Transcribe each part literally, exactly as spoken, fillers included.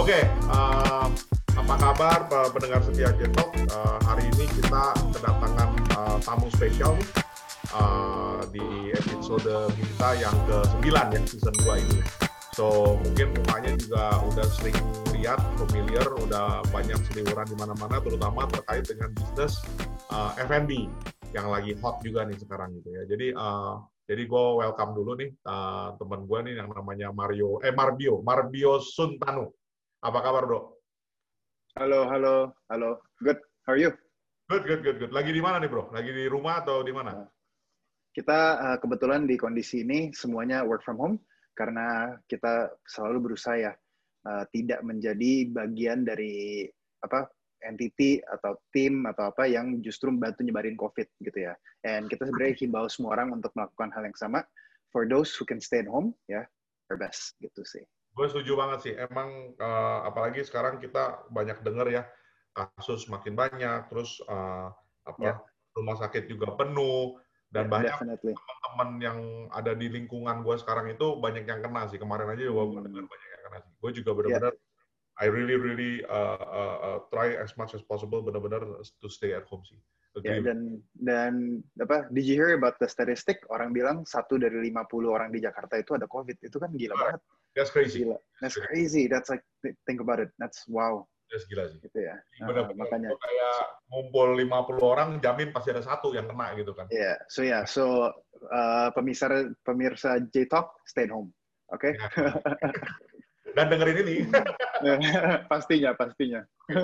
Oke, uh, apa kabar pendengar setia J-Talk? Uh, hari ini kita kedatangan uh, tamu spesial nih uh, di episode kita yang ke sembilan ya, season dua ini. So, mungkin mukanya juga udah sering lihat, familiar, udah banyak seliweran di mana-mana, terutama terkait dengan bisnis uh, F and B yang lagi hot juga nih sekarang gitu ya. Jadi, uh, jadi gue welcome dulu nih uh, teman gue nih yang namanya Mario, eh Marbio, Marbio Suntanu. Apa kabar, Bro? Halo, halo, halo. Good. How are you? Good, good, good, good. Lagi di mana nih, Bro? Lagi di rumah atau di mana? Kita uh, kebetulan di kondisi ini semuanya work from home karena kita selalu berusaha ya uh, tidak menjadi bagian dari apa entity atau tim atau apa yang justru membantu nyebarin COVID gitu ya. And kita sebenarnya himbau semua orang untuk melakukan hal yang sama. For those who can stay at home, ya, yeah, our best gitu sih. Gue setuju banget sih. Emang uh, apalagi sekarang kita banyak dengar ya kasus makin banyak, terus uh, apa yeah. rumah sakit juga penuh dan yeah, banyak definitely. Teman-teman yang ada di lingkungan gue sekarang itu banyak yang kena sih. Kemarin aja gue hmm. dengar banyak yang kena sih. Gue juga benar-benar yeah. I really really uh, uh, uh, try as much as possible benar-benar to stay at home sih. Ya, dan dan apa? Did you hear about the statistic? Orang bilang satu dari lima puluh orang di Jakarta itu ada COVID. Itu kan gila banget. That's crazy. Gila. That's crazy. That's like think about it. That's wow. That's gila sih. Gitu ya. Benar-benar. Uh, makanya kayak ngumpul lima puluh orang jamin pasti ada satu yang kena gitu kan. Iya. Yeah. So ya, yeah. so uh, pemirsa pemirsa J-Talk stay at home. Oke. Okay? Yeah. Dan dengerin ini. pastinya, pastinya.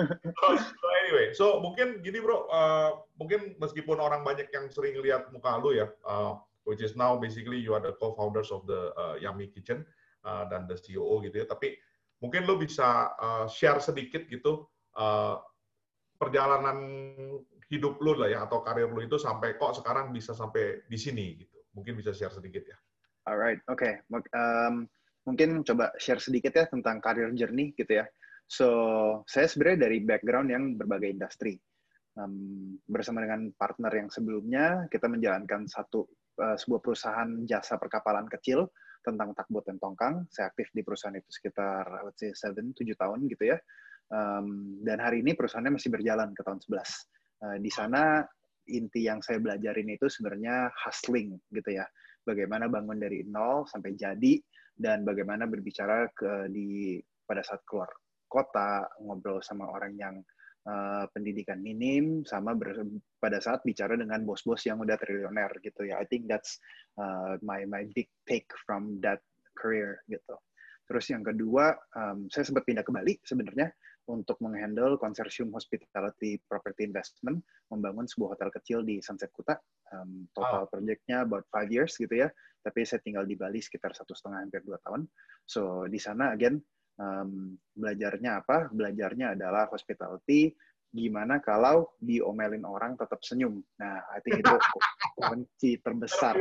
So anyway, so mungkin gini bro, uh, mungkin meskipun orang banyak yang sering lihat muka lu ya, uh, which is now basically you are the co-founders of the uh, Yummy Kitchen uh, dan the C E O gitu ya, tapi mungkin lu bisa uh, share sedikit gitu uh, perjalanan hidup lu lah ya, atau karir lu itu sampai kok sekarang bisa sampai di sini gitu. Mungkin bisa share sedikit ya. Alright, oke. Okay. Um, mungkin coba share sedikit ya tentang career journey gitu ya. So, saya sebenarnya dari background yang berbagai industri. Um, bersama dengan partner yang sebelumnya, kita menjalankan satu uh, sebuah perusahaan jasa perkapalan kecil tentang takbot dan tongkang. Saya aktif di perusahaan itu sekitar, I would say, tujuh, tujuh tahun gitu ya. Um, dan hari ini perusahaannya masih berjalan ke tahun sebelas. Uh, di sana, inti yang saya belajarin itu sebenarnya hustling gitu ya. Bagaimana bangun dari nol sampai jadi, dan bagaimana berbicara ke di pada saat keluar kota, ngobrol sama orang yang uh, pendidikan minim, sama ber, pada saat bicara dengan bos-bos yang udah triliuner gitu ya. I think that's uh, my my big take from that career gitu. Terus yang kedua, um, saya sempat pindah ke Bali sebenarnya untuk menghandle konsorsium hospitality property investment, membangun sebuah hotel kecil di Sunset Kuta. Um, total oh. project-nya about five years gitu ya. Tapi saya tinggal di Bali sekitar satu setengah hampir dua tahun. So di sana again um, belajarnya apa? Belajarnya adalah hospitality. Gimana kalau diomelin orang tetap senyum? Nah, I think itu kunci terbesar.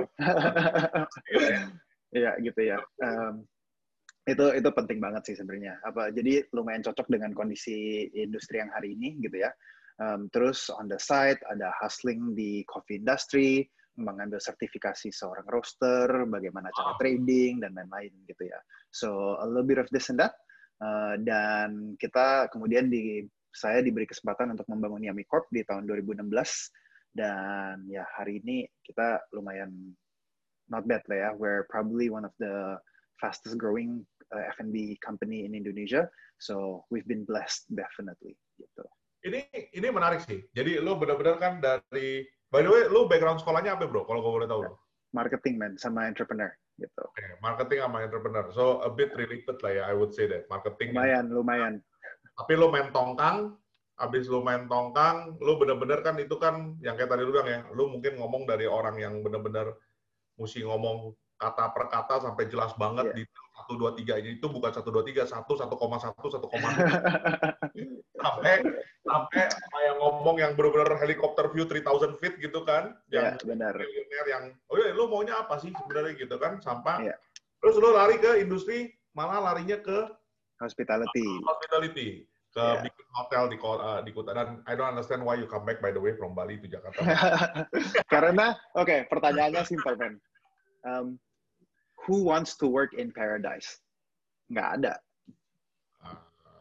Ya gitu ya. Um, itu itu penting banget sih sebenarnya. Apa jadi lumayan cocok dengan kondisi industri yang hari ini gitu ya. Um, terus on the side ada hustling di coffee industry, mengambil sertifikasi seorang roaster, bagaimana cara trading dan lain-lain gitu ya. So a little bit of this and that. Uh, dan kita kemudian di saya diberi kesempatan untuk membangun Yummy Corp di tahun dua ribu enam belas, dan ya hari ini kita lumayan not bad lah ya. We're probably one of the fastest growing uh, F and B company in Indonesia. So we've been blessed definitely gitu. Ini ini menarik sih. Jadi lo benar-benar kan dari, by the way, lo background sekolahnya apa bro? Kalau gue boleh tahu. Marketing man, sama entrepreneur gitu. Oke, okay, marketing sama entrepreneur. So a bit related lah ya, I would say that. Marketing. Lumayan, yang... lumayan. Tapi lo main tongkang, habis lo main tongkang, lo benar-benar kan itu kan yang kayak tadi lo bilang ya, lo mungkin ngomong dari orang yang benar-benar mesti ngomong kata per kata sampai jelas banget yeah. di satu dua tiga itu bukan satu dua tiga satu satu koma satu satu koma sampai sampai kayak ngomong yang benar-benar helikopter view tiga ribu feet gitu kan yang yeah, benar yang oh ya lo maunya apa sih sebenarnya gitu kan sampai yeah. terus lo lari ke industri malah larinya ke hospitality hospitality ke yeah. bikin hotel di uh, di Kuta, dan I don't understand why you come back by the way from Bali to Jakarta. Karena oke okay, pertanyaannya simple man. Um, who wants to work in paradise? Nggak ada.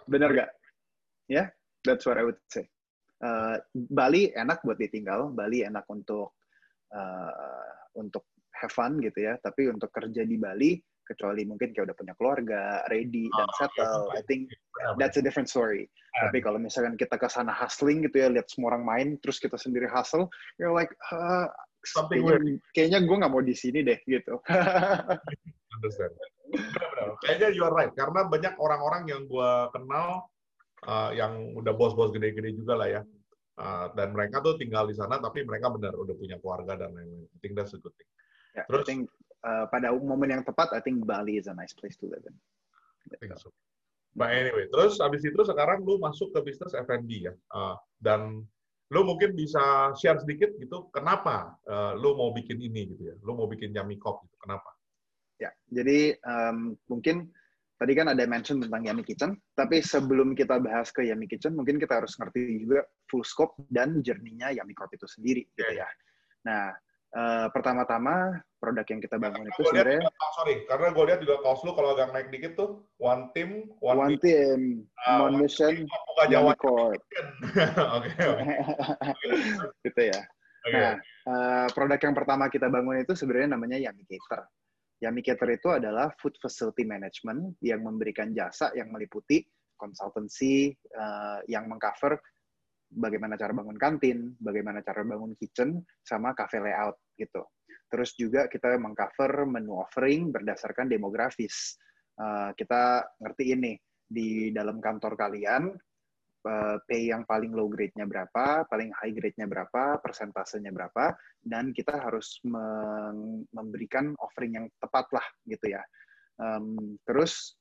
Bener gak? Ya, yeah, that's what I would say. Uh, Bali enak buat ditinggal, Bali enak untuk uh, untuk have fun gitu ya. Tapi untuk kerja di Bali, kecuali mungkin kayak udah punya keluarga, ready dan settle, I think that's a different story. Tapi kalau misalkan kita ke sana hustling gitu ya, lihat semua orang main, terus kita sendiri hustle, you're like, uh, kayaknya, kayaknya gue nggak mau di sini deh gitu. Understand. Benar-benar. Kayaknya you are right, karena banyak orang-orang yang gue kenal uh, yang udah bos-bos gede-gede juga lah ya, uh, dan mereka tuh tinggal di sana, tapi mereka benar udah punya keluarga dan lain-lain. I think that's a good thing. Yeah, Terus, I think uh, pada momen yang tepat, I think Bali is a nice place to live in. I think so. But anyway, terus abis itu sekarang lu masuk ke bisnis F and B ya, uh, dan lu mungkin bisa share sedikit gitu, kenapa uh, lu mau bikin ini gitu ya, lu mau bikin Yummy Cop gitu, kenapa? Ya, jadi um, mungkin tadi kan ada mention tentang Yummy Kitchen, tapi sebelum kita bahas ke Yummy Kitchen, mungkin kita harus ngerti juga full scope dan journey-nya Yummy Corp itu sendiri, okay. gitu ya. Nah, uh, pertama-tama produk yang kita bangun itu sebenarnya. Oh, sorry, karena gue lihat juga kaos lu kalau agak naik dikit tuh, one team, one, one team, uh, one mission, Yummy Corp. Oke, gitu ya. Okay. Nah, uh, produk yang pertama kita bangun itu sebenarnya namanya Yummy Cater. Yummy Cater itu adalah food facility management yang memberikan jasa yang meliputi konsultansi uh, yang mengcover bagaimana cara bangun kantin, bagaimana cara bangun kitchen, sama cafe layout gitu. Terus juga kita mengcover menu offering berdasarkan demografis. Uh, kita ngerti ini di dalam kantor kalian uh, pay yang paling low grade-nya berapa, paling high grade-nya berapa, persentasenya berapa, dan kita harus memberikan offering yang tepat lah gitu ya. Um, terus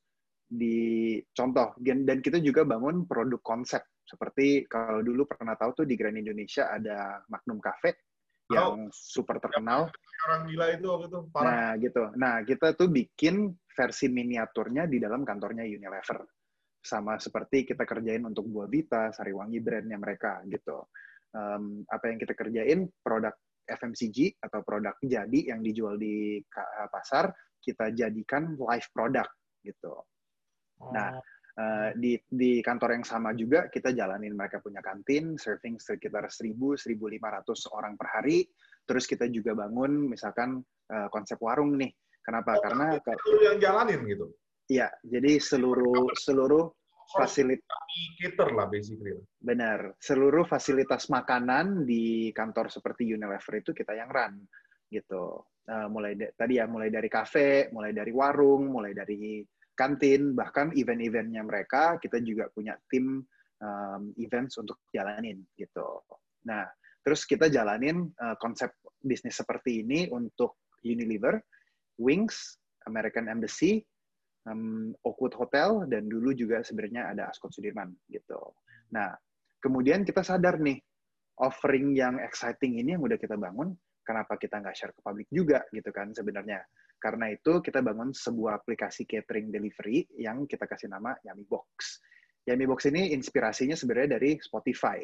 di contoh, dan kita juga bangun produk konsep. Seperti kalau dulu pernah tahu tuh di Grand Indonesia ada Magnum Cafe yang oh, super terkenal. Orang gila itu waktu itu. Parah. Nah gitu. Nah kita tuh bikin versi miniaturnya di dalam kantornya Unilever. Sama seperti kita kerjain untuk Buah Vita, Sariwangi brandnya mereka gitu. Um, apa yang kita kerjain, produk F M C G atau produk jadi yang dijual di pasar, kita jadikan live product gitu. Oh. Nah, uh, di, di kantor yang sama juga kita jalanin mereka punya kantin, serving sekitar seribu sampai seribu lima ratus orang per hari. Terus kita juga bangun misalkan uh, konsep warung nih. Kenapa? Oh, Karena itu yang jalanin gitu. Iya, jadi seluruh seluruh fasilitas cater lah basically. Benar, seluruh fasilitas makanan di kantor seperti Unilever itu kita yang run gitu. Uh, mulai tadi ya, mulai dari kafe, mulai dari warung, mulai dari kantin, bahkan event-eventnya mereka kita juga punya tim um, events untuk jalanin gitu. Nah, terus kita jalanin uh, konsep bisnis seperti ini untuk Unilever, Wings, American Embassy, Um, Oakwood Hotel, dan dulu juga sebenarnya ada Ascott Sudirman gitu. Nah, kemudian kita sadar nih, offering yang exciting ini yang udah kita bangun, kenapa kita nggak share ke publik juga gitu kan sebenarnya. Karena itu kita bangun sebuah aplikasi catering delivery yang kita kasih nama Yummy Box. Yummy Box ini inspirasinya sebenarnya dari Spotify,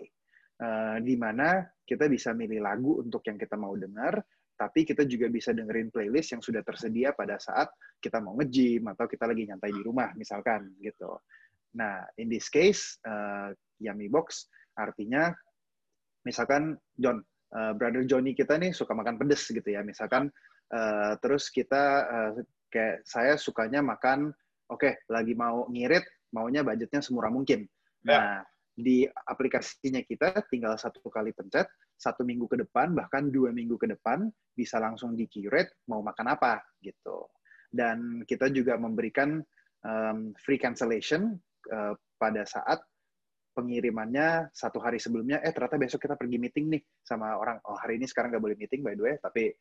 uh, di mana kita bisa milih lagu untuk yang kita mau dengar, tapi kita juga bisa dengerin playlist yang sudah tersedia pada saat kita mau nge-gym atau kita lagi nyantai di rumah, misalkan gitu. Nah, in this case, uh, Yummy Box artinya, misalkan John, uh, brother Johnny kita nih suka makan pedes gitu ya, misalkan, uh, terus kita, uh, kayak saya sukanya makan, oke, okay, lagi mau ngirit, maunya budgetnya semurah mungkin. Nah, di aplikasinya kita tinggal satu kali pencet, satu minggu ke depan, bahkan dua minggu ke depan, bisa langsung di-curate mau makan apa, gitu. Dan kita juga memberikan um, free cancellation uh, pada saat pengirimannya satu hari sebelumnya, eh ternyata besok kita pergi meeting nih sama orang, oh hari ini sekarang nggak boleh meeting by the way, tapi,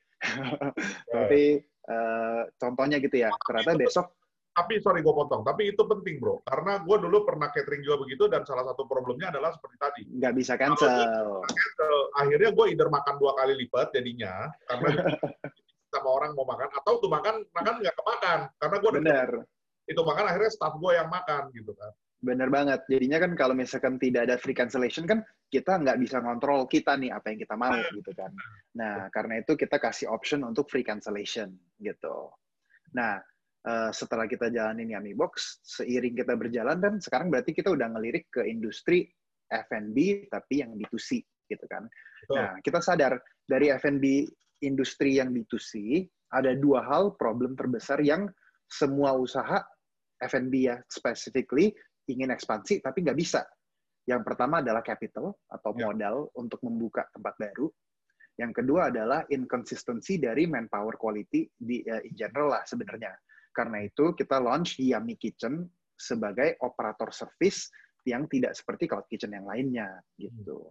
tapi uh, contohnya gitu ya, ternyata besok. Tapi sorry gue potong, tapi itu penting bro, karena gue dulu pernah catering juga begitu, dan salah satu problemnya adalah seperti tadi. Nggak bisa cancel. cancel. Akhirnya gue either makan dua kali lipat jadinya, karena sama orang mau makan, atau tuh makan makan nggak kemakan, karena gue bener. Itu makan akhirnya staff gue yang makan gitu kan. Bener banget, jadinya kan kalau misalkan tidak ada free cancellation kan kita nggak bisa ngontrol kita nih apa yang kita mau gitu kan. Nah karena itu kita kasih option untuk free cancellation gitu. Nah uh, setelah kita jalanin Yummy Box, seiring kita berjalan dan sekarang berarti kita udah ngelirik ke industri F and B tapi yang B two C gitu kan. Betul. Nah, kita sadar dari F and B industri yang B two C ada dua hal problem terbesar yang semua usaha F and B ya specifically ingin ekspansi tapi nggak bisa. Yang pertama adalah capital atau modal yeah. untuk membuka tempat baru. Yang kedua adalah inconsistency dari manpower quality di uh, in general lah sebenarnya. Karena itu kita launch Yummy Kitchen sebagai operator service yang tidak seperti cloud kitchen yang lainnya gitu.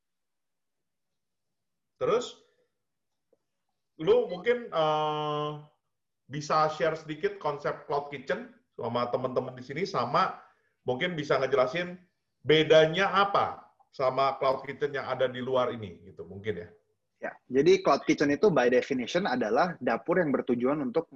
Terus lu mungkin uh, bisa share sedikit konsep cloud kitchen sama teman-teman di sini, sama mungkin bisa ngejelasin bedanya apa sama cloud kitchen yang ada di luar ini, gitu mungkin ya. Ya, jadi cloud kitchen itu by definition adalah dapur yang bertujuan untuk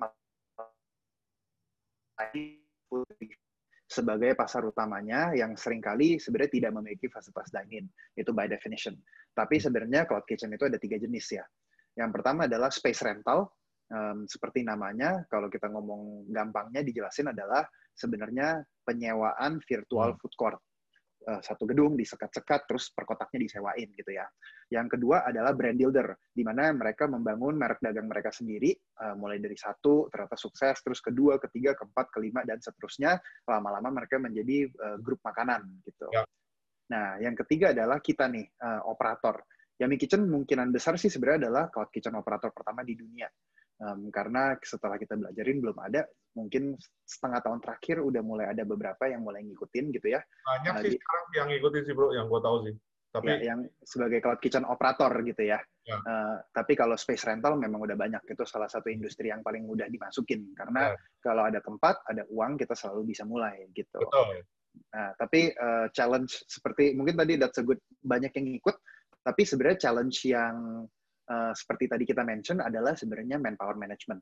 sebagai pasar utamanya yang seringkali sebenarnya tidak memiliki fasilitas dine-in. Itu by definition. Tapi sebenarnya cloud kitchen itu ada tiga jenis ya. Yang pertama adalah space rental. Um, seperti namanya, kalau kita ngomong gampangnya dijelasin adalah sebenarnya penyewaan virtual food court. Uh, satu gedung disekat-sekat, terus per kotaknya disewain gitu ya. Yang kedua adalah brand builder, di mana mereka membangun merek dagang mereka sendiri, uh, mulai dari satu, ternyata sukses, terus kedua, ketiga, keempat, kelima, dan seterusnya. Lama-lama mereka menjadi uh, grup makanan gitu. Ya. Nah, yang ketiga adalah kita nih, uh, operator. Yummy Kitchen kemungkinan besar sih sebenarnya adalah cloud kitchen operator pertama di dunia. Um, karena setelah kita belajarin belum ada, mungkin setengah tahun terakhir udah mulai ada beberapa yang mulai ngikutin gitu ya. Banyak uh, sih di, sekarang yang ngikutin sih bro, yang gue tahu sih. Tapi ya, yang sebagai cloud kitchen operator gitu ya. ya. Uh, tapi kalau space rental memang udah banyak. Itu salah satu industri yang paling mudah dimasukin. Karena ya. Kalau ada tempat, ada uang, kita selalu bisa mulai gitu. Betul. Nah, tapi uh, challenge seperti, mungkin tadi that's a good, banyak yang ngikut, tapi sebenarnya challenge yang Uh, seperti tadi kita mention adalah sebenarnya manpower management.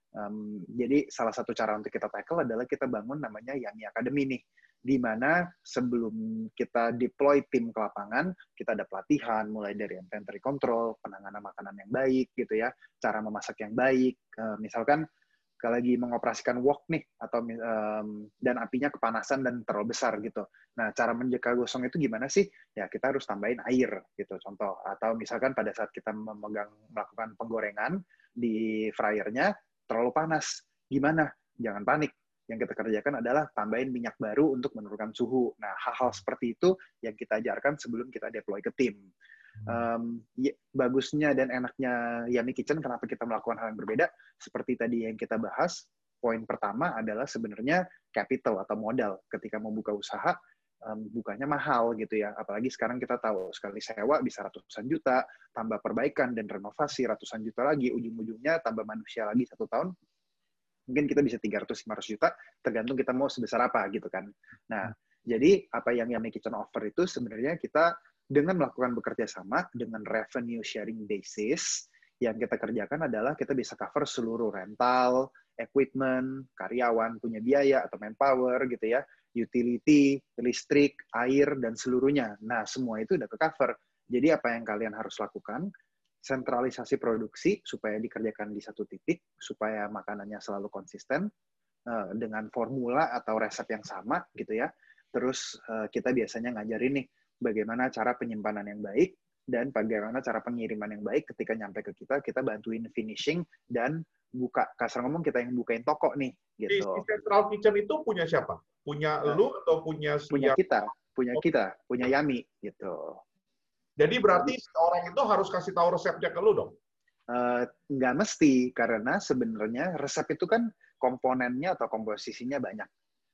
Um, jadi salah satu cara untuk kita tackle adalah kita bangun namanya Yummy Academy nih, di mana sebelum kita deploy tim ke lapangan, kita ada pelatihan mulai dari inventory control, penanganan makanan yang baik gitu ya, cara memasak yang baik. Uh, misalkan kalau lagi mengoperasikan wok nih atau um, dan apinya kepanasan dan terlalu besar gitu. Nah, cara menjaga gosong itu gimana sih? Ya kita harus tambahin air gitu contoh. Atau misalkan pada saat kita memegang melakukan penggorengan di fryernya terlalu panas. Gimana? Jangan panik. Yang kita kerjakan adalah tambahin minyak baru untuk menurunkan suhu. Nah, hal-hal seperti itu yang kita ajarkan sebelum kita deploy ke tim. Um, ya, bagusnya dan enaknya Yummy Kitchen kenapa kita melakukan hal yang berbeda seperti tadi yang kita bahas. Poin pertama adalah sebenarnya capital atau modal. Ketika mau buka usaha, um, bukanya mahal gitu ya, apalagi sekarang kita tahu sekali sewa bisa ratusan juta, tambah perbaikan dan renovasi ratusan juta lagi, ujung-ujungnya tambah manusia lagi satu tahun mungkin kita bisa tiga ratus sampai lima ratus juta, tergantung kita mau sebesar apa gitu kan. Nah, jadi apa yang Yummy Kitchen offer itu sebenarnya kita dengan melakukan bekerja sama dengan revenue sharing basis, yang kita kerjakan adalah kita bisa cover seluruh rental, equipment, karyawan punya biaya atau manpower gitu ya, utility, listrik, air, dan seluruhnya. Nah, semua itu udah ke-cover. Jadi apa yang kalian harus lakukan? Sentralisasi produksi supaya dikerjakan di satu titik, supaya makanannya selalu konsisten, uh, dengan formula atau resep yang sama gitu ya. Terus uh, kita biasanya ngajarin nih, bagaimana cara penyimpanan yang baik, dan bagaimana cara pengiriman yang baik ketika nyampe ke kita, kita bantuin finishing, dan buka, kasar ngomong kita yang bukain toko nih. Gitu. Di Central Kitchen itu punya siapa? Punya nah, lu atau punya si Punya kita, punya kita, punya Yummy gitu. Jadi berarti orang itu harus kasih tahu resepnya ke lu dong? Uh, nggak mesti, karena sebenarnya resep itu kan komponennya atau komposisinya banyak.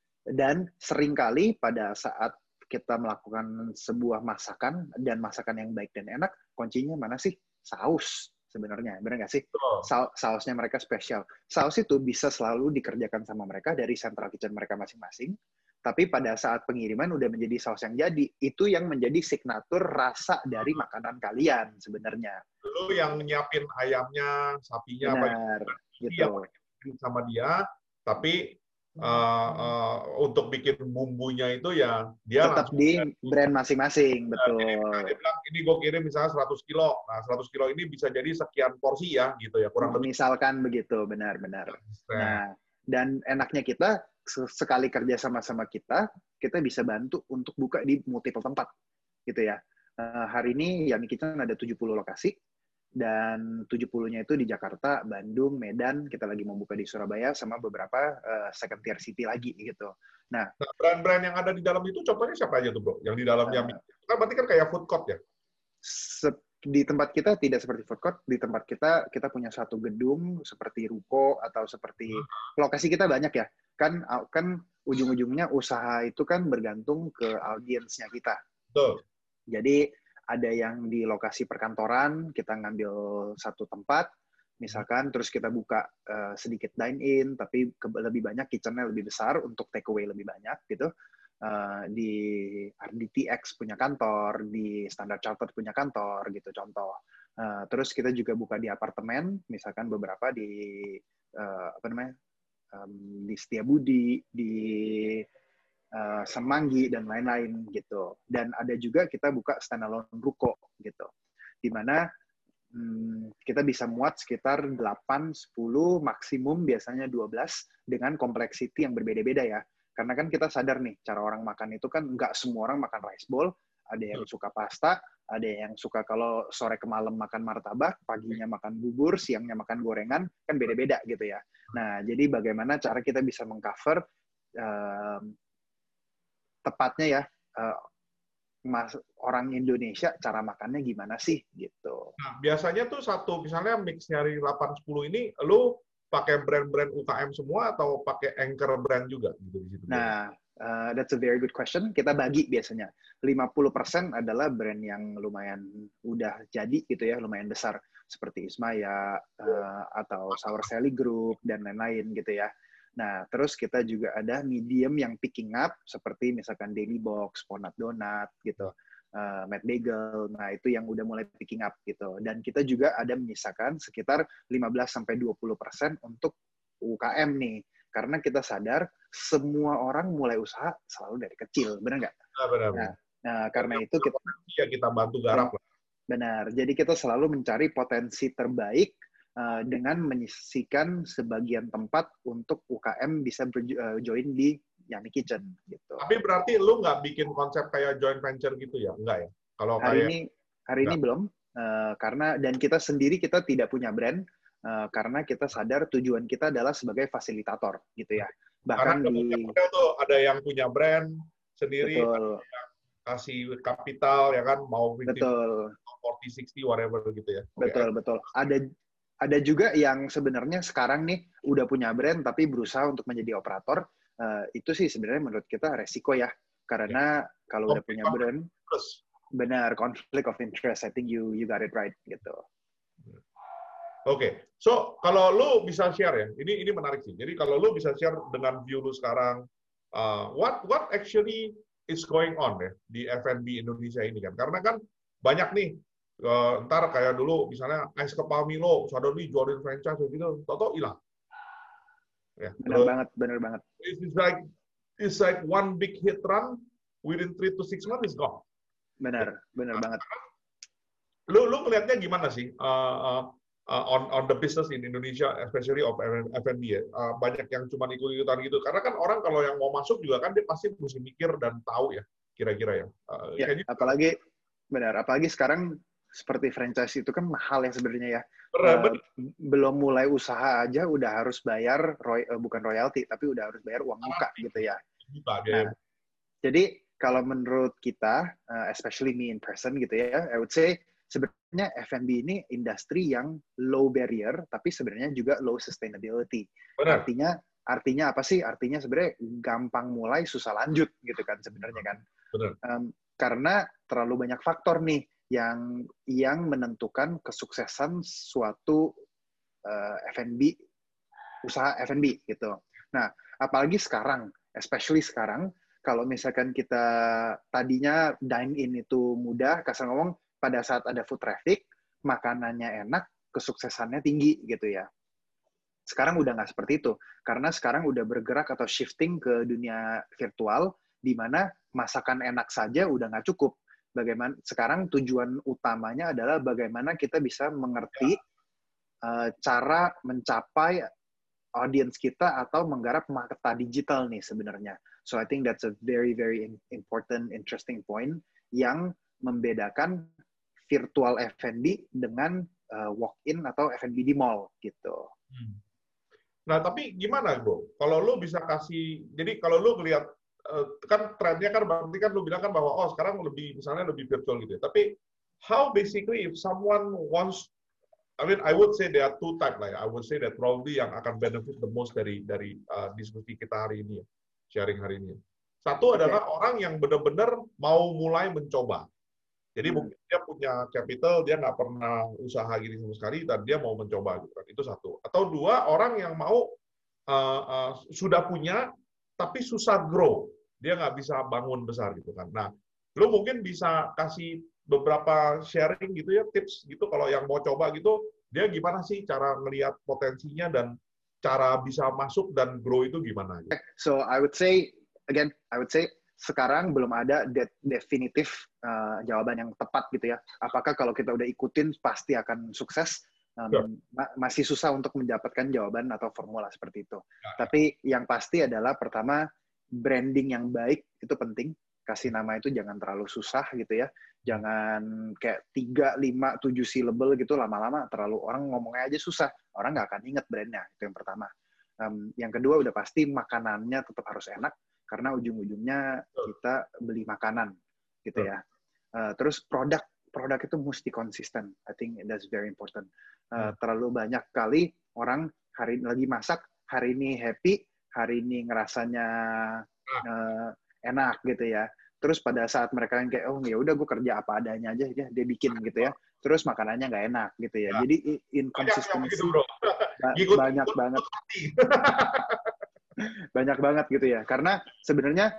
Dan seringkali pada saat kita melakukan sebuah masakan, dan masakan yang baik dan enak, kuncinya mana sih? Saus sebenarnya, benar nggak sih? Oh. Sa sausnya mereka spesial. Saus itu bisa selalu dikerjakan sama mereka dari central kitchen mereka masing-masing, tapi pada saat pengiriman udah menjadi saus yang jadi, itu yang menjadi signatur rasa dari makanan kalian sebenarnya. Lu yang nyiapin ayamnya, sapinya, benar, apa gitu. Sama dia, tapi uh, uh, untuk bikin bumbunya itu ya dia tetap di brand masing-masing, betul. Jadi, dia bilang, ini gue kirim misalnya seratus kilo, nah seratus kilo ini bisa jadi sekian porsi ya, gitu ya, kurang lebih. Misalkan begitu, benar-benar. Nah, Dan enaknya kita, sekali kerja sama-sama kita, kita bisa bantu untuk buka di multiple tempat, gitu ya. Uh, hari ini Yummy Kitchen ada tujuh puluh lokasi, dan tujuh puluh-nya itu di Jakarta, Bandung, Medan, kita lagi mau buka di Surabaya, sama beberapa uh, second tier city lagi, gitu. Nah, Nah, brand-brand yang ada di dalam itu contohnya siapa aja tuh, Bro? Yang di dalam uh, Yummy. Kan berarti kan kayak food court ya? Di tempat kita tidak seperti food court. Di tempat kita, kita punya satu gedung seperti ruko atau seperti lokasi kita banyak ya. Kan kan ujung-ujungnya usaha itu kan bergantung ke audiensnya kita. Betul. Jadi ada yang di lokasi perkantoran, kita ngambil satu tempat, misalkan, terus kita buka uh, sedikit dine-in, tapi ke, lebih banyak kitchen-nya lebih besar untuk take away lebih banyak gitu. Uh, di R D T X punya kantor, di Standard Chartered punya kantor, gitu contoh. Uh, terus kita juga buka di apartemen, misalkan beberapa di uh, apa namanya, um, di Setiabudi, di uh, Semanggi dan lain-lain gitu. Dan ada juga kita buka standalone ruko gitu, di mana hmm, kita bisa muat sekitar delapan, sepuluh, maksimum biasanya dua belas dengan kompleksiti yang berbeda-beda ya. Karena kan kita sadar nih, cara orang makan itu kan nggak semua orang makan rice bowl, ada yang suka pasta, ada yang suka kalau sore ke malam makan martabak, paginya makan bubur, siangnya makan gorengan, kan beda-beda gitu ya. Nah, jadi bagaimana cara kita bisa mengcover um, tepatnya ya, uh, mas, orang Indonesia cara makannya gimana sih gitu. Nah, biasanya tuh satu, misalnya mix nyari delapan sepuluh ini, lu pakai brand-brand U K M semua atau pakai anchor brand juga gitu di situ? Nah, uh, that's a very good question. Kita bagi biasanya. lima puluh persen adalah brand yang lumayan udah jadi gitu ya, lumayan besar seperti Ismaya uh, atau Sour Sally Group dan lain-lain gitu ya. Nah, terus kita juga ada medium yang picking up seperti misalkan Daily Box, Ponat Donat gitu. Uh, Mad Bagel, nah itu yang udah mulai picking up gitu. Dan kita juga ada menyisakan sekitar lima belas sampai dua puluh persen untuk U K M nih. Karena kita sadar semua orang mulai usaha selalu dari kecil, benar nggak? Nah, benar, nah, nah karena itu kita ya kita bantu garap lah. Benar. Jadi kita selalu mencari potensi terbaik uh, dengan menyisikan sebagian tempat untuk U K M bisa join di Yummy Kitchen gitu. Tapi berarti lu nggak bikin konsep kayak joint venture gitu ya? Enggak ya? Kalau hari kayak ini hari enggak. ini belum uh, karena dan kita sendiri kita tidak punya brand uh, karena kita sadar tujuan kita adalah sebagai fasilitator gitu ya. Bahkan karena di ada tuh ada yang punya brand sendiri, betul. ada yang kasih kapital ya kan, mau betul forty sixty whatever gitu ya. Betul, okay. betul. Ada ada juga yang sebenarnya sekarang nih udah punya brand tapi berusaha untuk menjadi operator. Uh, itu sih sebenarnya menurut kita resiko ya, karena ya. Kalau udah punya brand, interest. Benar, conflict of interest. I think you you got it right gitu. Oke, okay. So kalau lu bisa share ya, ini ini menarik sih. Jadi kalau lu bisa share dengan view lu sekarang, uh, what what actually is going on ya di F and B Indonesia ini kan? Karena kan banyak nih, uh, ntar kayak dulu misalnya Ais Kepal Milo, suddenly jualin franchise gitu, toto hilang. Ya, benar banget, benar banget. It's like it's like one big hit run within three to six months is gone. Benar, benar nah, banget. Lu lu melihatnya gimana sih uh, uh, on on the business in Indonesia, especially of F and B ya? Uh, banyak yang cuma ikut-ikutan gitu. Karena kan orang kalau yang mau masuk juga kan dia pasti mesti mikir dan tahu ya, kira-kira ya. Uh, ya you... apalagi benar, apalagi sekarang seperti franchise itu kan mahal ya sebenarnya ya. Benar, uh, belum mulai usaha aja udah harus bayar roy, uh, bukan royalti tapi udah harus bayar uang muka gitu ya. Nah, jadi kalau menurut kita, uh, especially me in person gitu ya, I would say sebenarnya F and B ini industri yang low barrier tapi sebenarnya juga low sustainability. Benar. Artinya artinya apa sih? Artinya sebenarnya gampang mulai susah lanjut gitu kan sebenarnya kan. Benar. Um, karena terlalu banyak faktor nih yang yang menentukan kesuksesan suatu uh, F and B, usaha F and B gitu. Nah, apalagi sekarang, especially sekarang, kalau misalkan kita tadinya dine-in itu mudah, kasar ngomong, pada saat ada food traffic, makanannya enak, kesuksesannya tinggi gitu ya. Sekarang udah nggak seperti itu, karena sekarang udah bergerak atau shifting ke dunia virtual, di mana masakan enak saja udah nggak cukup. Bagaimana sekarang tujuan utamanya adalah bagaimana kita bisa mengerti uh, cara mencapai audience kita atau menggarap marketa digital nih sebenarnya. So I think that's a very very important, interesting point yang membedakan virtual F and B dengan uh, walk-in atau F and B di mall gitu. Hmm. Nah, tapi gimana, Bro? Kalau lu bisa kasih, jadi kalau lu ngelihat kan trennya kan berarti kan lu bilang kan bahwa oh sekarang lebih misalnya lebih virtual gitu ya. Tapi how basically if someone wants, I mean I would say there are two type lah ya. I would say that probably yang akan benefit the most dari dari uh, diskusi kita hari ini ya, sharing hari ini. Satu adalah okay. orang yang benar-benar mau mulai mencoba. Jadi hmm. mungkin dia punya capital, dia nggak pernah usaha gini sama sekali dan dia mau mencoba gitu kan. Itu satu. Atau dua, orang yang mau uh, uh, sudah punya tapi susah grow. Dia nggak bisa bangun besar gitu kan. Nah, lu mungkin bisa kasih beberapa sharing gitu ya, tips gitu kalau yang mau coba gitu, dia gimana sih cara ngelihat potensinya dan cara bisa masuk dan grow itu gimana? Gitu. So I would say again, I would say sekarang belum ada de- definitif uh, jawaban yang tepat gitu ya. Apakah kalau kita udah ikutin pasti akan sukses? Um, sure. ma- masih susah untuk mendapatkan jawaban atau formula seperti itu. Ya, Tapi ya. yang pasti adalah pertama branding yang baik itu penting. Kasih nama itu jangan terlalu susah gitu ya. Jangan kayak tiga, lima, tujuh syllable gitu lama-lama terlalu orang ngomongnya aja susah. Orang nggak akan inget brandnya. Itu yang pertama. Um, yang kedua udah pasti makanannya tetap harus enak karena ujung-ujungnya kita beli makanan gitu ya. Uh, terus produk produk itu mesti konsisten. I think that's very important. Uh, terlalu banyak kali orang hari ini lagi masak, hari ini happy, hari ini ngerasanya uh, enak gitu ya. Terus pada saat mereka yang kayak oh ya udah gue kerja apa adanya aja ya dia bikin gitu ya. Terus makanannya nggak enak gitu ya. Jadi inconsistency gitu, ba- banyak banget. Banyak banget gitu ya. Karena sebenarnya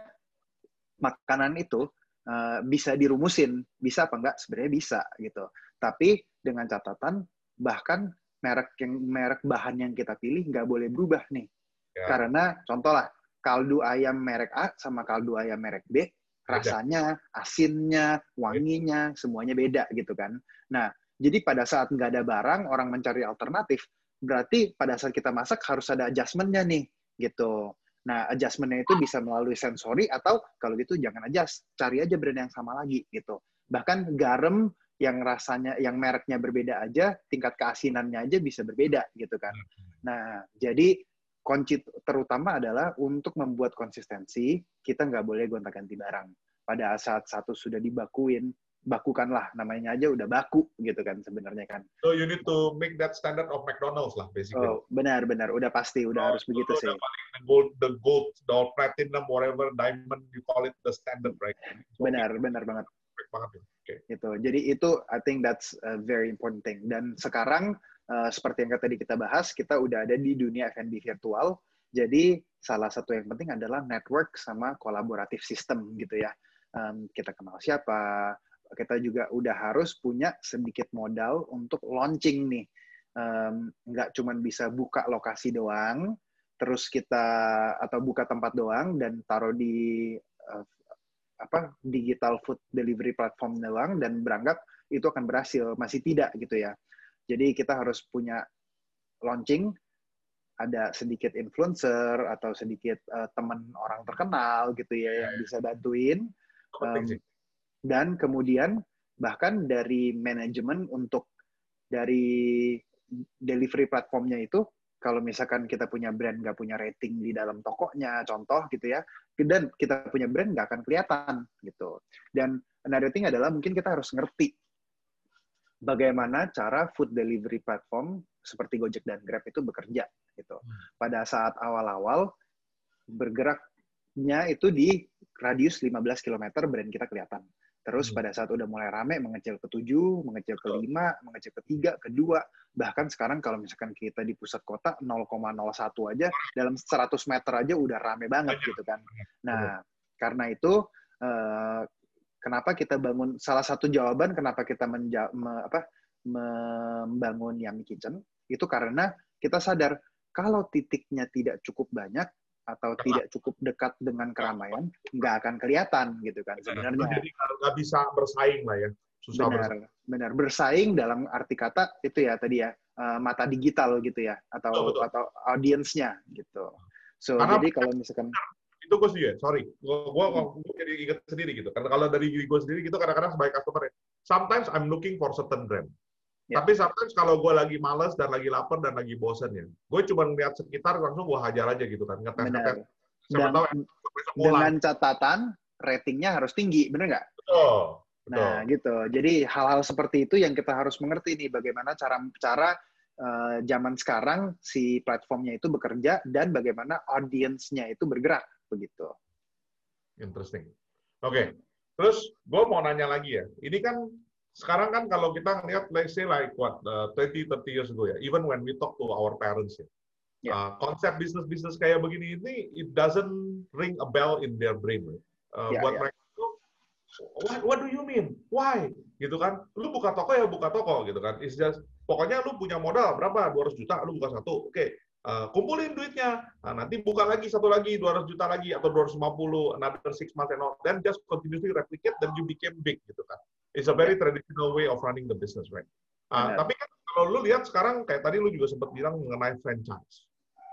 makanan itu uh, bisa dirumusin, bisa apa enggak? Sebenarnya bisa gitu. Tapi dengan catatan bahkan merek yang merek bahan yang kita pilih nggak boleh berubah nih. Ya. Karena contoh lah, kaldu ayam merek A sama kaldu ayam merek B, rasanya, asinnya, wanginya, semuanya beda gitu kan. Nah, jadi pada saat nggak ada barang, orang mencari alternatif, berarti pada saat kita masak harus ada adjustment-nya nih, gitu. Nah, adjustment-nya itu bisa melalui sensori, atau kalau gitu jangan adjust, cari aja brand yang sama lagi, gitu. Bahkan garam yang rasanya, yang mereknya berbeda aja, tingkat keasinannya aja bisa berbeda, gitu kan. Nah, jadi kunci terutama adalah untuk membuat konsistensi, kita nggak boleh gonta-ganti barang. Pada saat satu sudah dibakuin, bakukanlah, namanya aja udah baku gitu kan sebenarnya kan. So you need to make that standard of McDonald's lah basically. Oh, benar-benar, udah pasti, udah so, harus so begitu sih. The gold, the gold, the platinum, whatever, diamond, you call it the standard, right? So, benar, benar banget. banget ya. Okay. Gitu. Jadi itu, I think that's a very important thing. Dan sekarang, uh, seperti yang tadi kita bahas, kita udah ada di dunia F and B virtual. Jadi salah satu yang penting adalah network sama kolaboratif sistem gitu ya. Um, kita kenal siapa, kita juga udah harus punya sedikit modal untuk launching nih. Um, nggak cuma bisa buka lokasi doang, terus kita atau buka tempat doang dan taruh di uh, apa digital food delivery platform doang dan beranggap itu akan berhasil. Masih tidak gitu ya. Jadi kita harus punya launching, ada sedikit influencer atau sedikit uh, teman orang terkenal gitu ya yang bisa bantuin. Um, dan kemudian bahkan dari manajemen untuk dari delivery platformnya itu, kalau misalkan kita punya brand nggak punya rating di dalam tokonya, contoh gitu ya, dan kita punya brand nggak akan kelihatan gitu. Dan another thing adalah mungkin kita harus ngerti bagaimana cara food delivery platform seperti Gojek dan Grab itu bekerja gitu. Pada saat awal-awal bergeraknya itu di radius lima belas kilometer brand kita kelihatan. Terus pada saat udah mulai rame, mengecil ke tujuh, mengecil ke lima, mengecil ke tiga, ke dua. Bahkan sekarang kalau misalkan kita di pusat kota nol koma nol satu aja, dalam seratus meter aja udah rame banget gitu kan. Nah, karena itu, eh, kenapa kita bangun, salah satu jawaban kenapa kita menja, me, apa, membangun Yummy Kitchen, itu karena kita sadar, kalau titiknya tidak cukup banyak, atau tidak cukup dekat dengan keramaian, nggak akan kelihatan gitu kan sebenarnya. Jadi nggak bisa bersaing lah ya, susah benar, bersaing. Benar, bersaing dalam arti kata itu ya tadi ya, uh, mata digital gitu ya, atau betul, betul. atau audiensnya gitu. So Karena jadi kalau misalkan itu gue sendiri, sorry, gue gue jadi ingat sendiri gitu. Karena kalau dari diri gue sendiri gitu kadang-kadang sebagai customer, sometimes I'm looking for certain brand. ya, Tapi sometimes kalau gue lagi males dan lagi lapar dan lagi bosen ya, gue cuma ngeliat sekitar langsung gue hajar aja gitu kan, ngetes benar. ngetes. Siapa Dan tahu besok dengan pulang. catatan ratingnya harus tinggi, benar nggak? Betul, betul. Nah, gitu. Jadi hal-hal seperti itu yang kita harus mengerti nih, bagaimana cara cara uh, zaman sekarang si platformnya itu bekerja dan bagaimana audiensnya itu bergerak, begitu. Interesting. Oke, okay. Terus gue mau nanya lagi ya. Ini kan sekarang kan kalau kita ngeliat, let's say like what uh, twenty, thirty years ago ya, even when we talk to our parents ya, yeah. uh, konsep bisnis-bisnis kayak begini ini, it doesn't ring a bell in their brain. Uh, yeah, buat yeah. mereka itu, what, what do you mean? Why? Gitu kan? Lu buka toko ya buka toko gitu kan? It's just, pokoknya lu punya modal berapa? dua ratus juta, lu buka satu. Oke. Okay. Uh, kumpulin duitnya, nah, nanti buka lagi satu lagi, dua ratus juta lagi, atau dua ratus lima puluh, another six months and all, then just continuously replicate, then you became big, gitu kan. It's a very yeah. traditional way of running the business, right? Uh, tapi kan kalau lu lihat sekarang, kayak tadi lu juga sempat bilang mengenai franchise.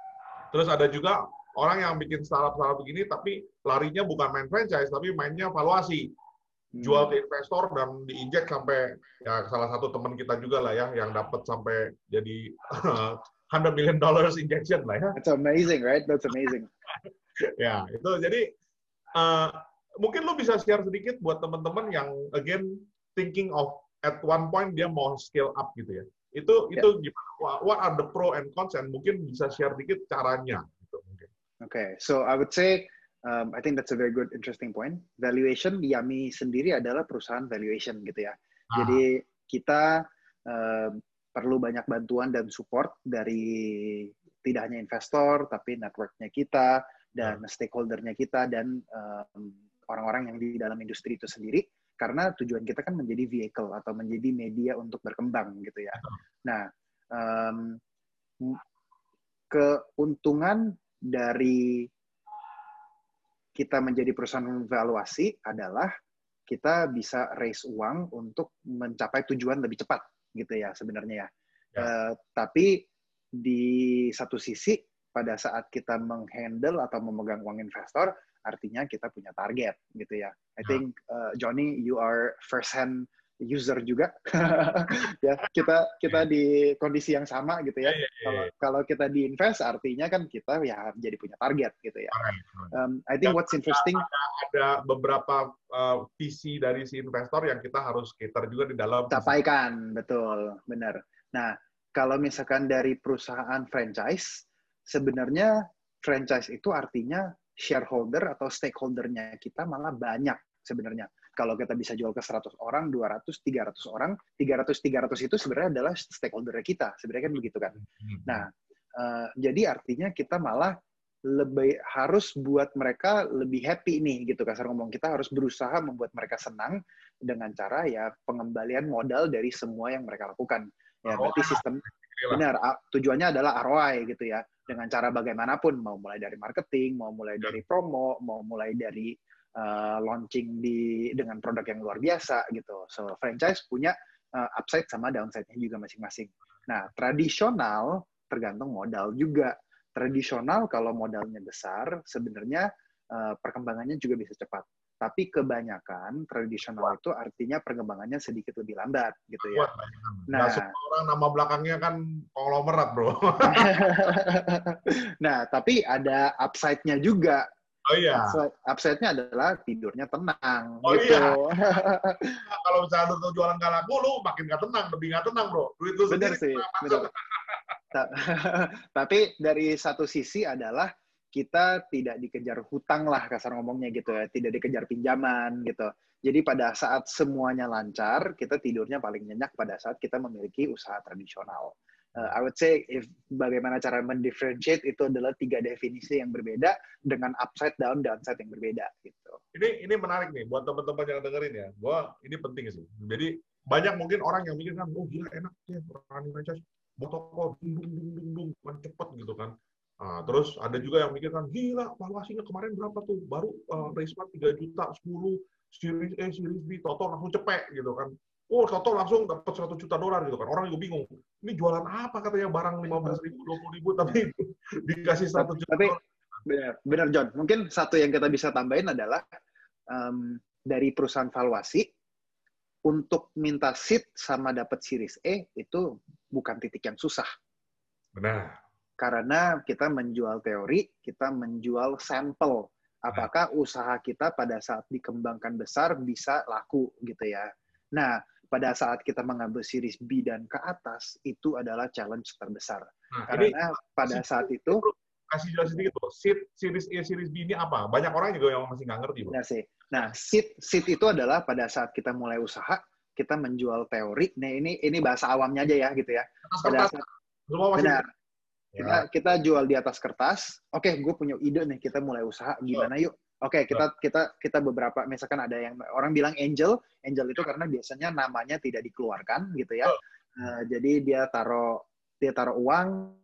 Terus ada juga orang yang bikin startup-startup begini, tapi larinya bukan main franchise, tapi mainnya valuasi. Jual ke investor dan diinjek sampai, ya salah satu teman kita juga lah ya, yang dapat sampai jadi one hundred million dollars injection lah ya. That's amazing, right? That's amazing. Ya, itu jadi uh, mungkin lu bisa share sedikit buat teman-teman yang again thinking of at one point dia mau scale up gitu ya. Itu yeah. itu gimana? What are the pro and cons, and mungkin bisa share dikit caranya gitu mungkin. Okay, so I would say um, I think that's a very good interesting point. Valuation Yummy sendiri adalah perusahaan valuation gitu ya. Ah. Jadi kita uh, perlu banyak bantuan dan support dari tidak hanya investor, tapi network-nya kita, dan hmm. stakeholder-nya kita, dan um, orang-orang yang di dalam industri itu sendiri, karena tujuan kita kan menjadi vehicle atau menjadi media untuk berkembang gitu ya. Nah, um, keuntungan dari kita menjadi perusahaan valuasi adalah kita bisa raise uang untuk mencapai tujuan lebih cepat. Gitu ya sebenarnya ya. ya. Uh, tapi di satu sisi pada saat kita menghandle atau memegang uang investor, artinya kita punya target gitu ya. I ya. think uh, Johnny, you are first hand user juga. Ya kita kita di kondisi yang sama gitu ya. ya, ya, ya. Kalau kalau kita di invest, artinya kan kita ya jadi punya target gitu ya. Um, I think what's interesting ada, ada beberapa uh, visi dari si investor yang kita harus cater juga di dalam. Sampaikan, betul, benar. Nah, kalau misalkan dari perusahaan franchise, sebenarnya franchise itu artinya shareholder atau stakeholder-nya kita malah banyak sebenarnya. Kalau kita bisa jual ke seratus orang, dua ratus, tiga ratus orang, tiga ratus, tiga ratus itu sebenarnya adalah stakeholder kita. Sebenarnya kan begitu kan. Nah, uh, jadi artinya kita malah lebih harus buat mereka lebih happy nih gitu kasar ngomong. Kita harus berusaha membuat mereka senang dengan cara ya pengembalian modal dari semua yang mereka lakukan. Ya berarti sistem benar tujuannya adalah R O I gitu ya. Dengan cara bagaimanapun, mau mulai dari marketing, mau mulai dari promo, mau mulai dari Uh, launching di dengan produk yang luar biasa gitu. So franchise punya uh, upside sama downside-nya juga masing-masing. Nah, tradisional tergantung modal juga. Tradisional kalau modalnya besar, sebenarnya uh, perkembangannya juga bisa cepat. Tapi kebanyakan tradisional itu artinya perkembangannya sedikit lebih lambat gitu ya. Nah, semua orang nama belakangnya kan konglomerat, bro. Nah, tapi ada upside-nya juga. Oh iya. Upside-nya adalah tidurnya tenang. Oh gitu. iya. Nah, kalau misalnya lu jualan nggak laku, lu makin nggak tenang, lebih nggak tenang, bro. Duit lu bener sendiri. Sih, bener. Tapi dari satu sisi adalah kita tidak dikejar hutang lah kasar ngomongnya gitu ya, tidak dikejar pinjaman gitu. Jadi pada saat semuanya lancar, kita tidurnya paling nyenyak pada saat kita memiliki usaha tradisional. Uh, I would say if bagaimana cara mendifferentiate itu adalah tiga definisi yang berbeda dengan upside down downside yang berbeda gitu. Ini ini menarik nih buat teman-teman yang dengerin ya. Gua ini penting sih. Jadi banyak mungkin orang yang mikir kan, oh gila enak ya running franchise, buat toko dung dung dung dung dung kan cepet gitu kan. Nah, terus ada juga yang mikir kan, gila valuasinya kemarin berapa tuh? Baru uh, raise fund tiga juta, sepuluh, series A, series B, toto langsung cepet gitu kan. oh toto langsung dapat seratus juta dolar gitu kan. Orang juga bingung. Ini jualan apa katanya barang lima belas ribu, dua puluh ribu tapi dikasih seratus juta Tapi dolar. benar, benar John. Mungkin satu yang kita bisa tambahin adalah um, dari perusahaan valuasi untuk minta seed sama dapat series E itu bukan titik yang susah. Benar. Karena kita menjual teori, kita menjual sampel. Apakah usaha kita pada saat dikembangkan besar bisa laku gitu ya. Nah, pada saat kita mengambil series B dan ke atas, itu adalah challenge terbesar. Nah, Karena ini, pada saat itu, kasih jelas sedikit loh, seed, series E, series B ini apa? Banyak orang juga yang masih nggak ngerti. Benar sih. Nah, seed, seed itu adalah pada saat kita mulai usaha, kita menjual teori. Nah, ini ini bahasa awamnya aja ya gitu ya. Pada saat, benar. Kita, kita jual di atas kertas. Oke, okay, gue punya ide nih, kita mulai usaha. Gimana yuk? Oke, okay, kita kita kita beberapa, misalkan ada yang orang bilang angel, angel itu karena biasanya namanya tidak dikeluarkan gitu ya. Uh, jadi dia taruh dia taruh uang,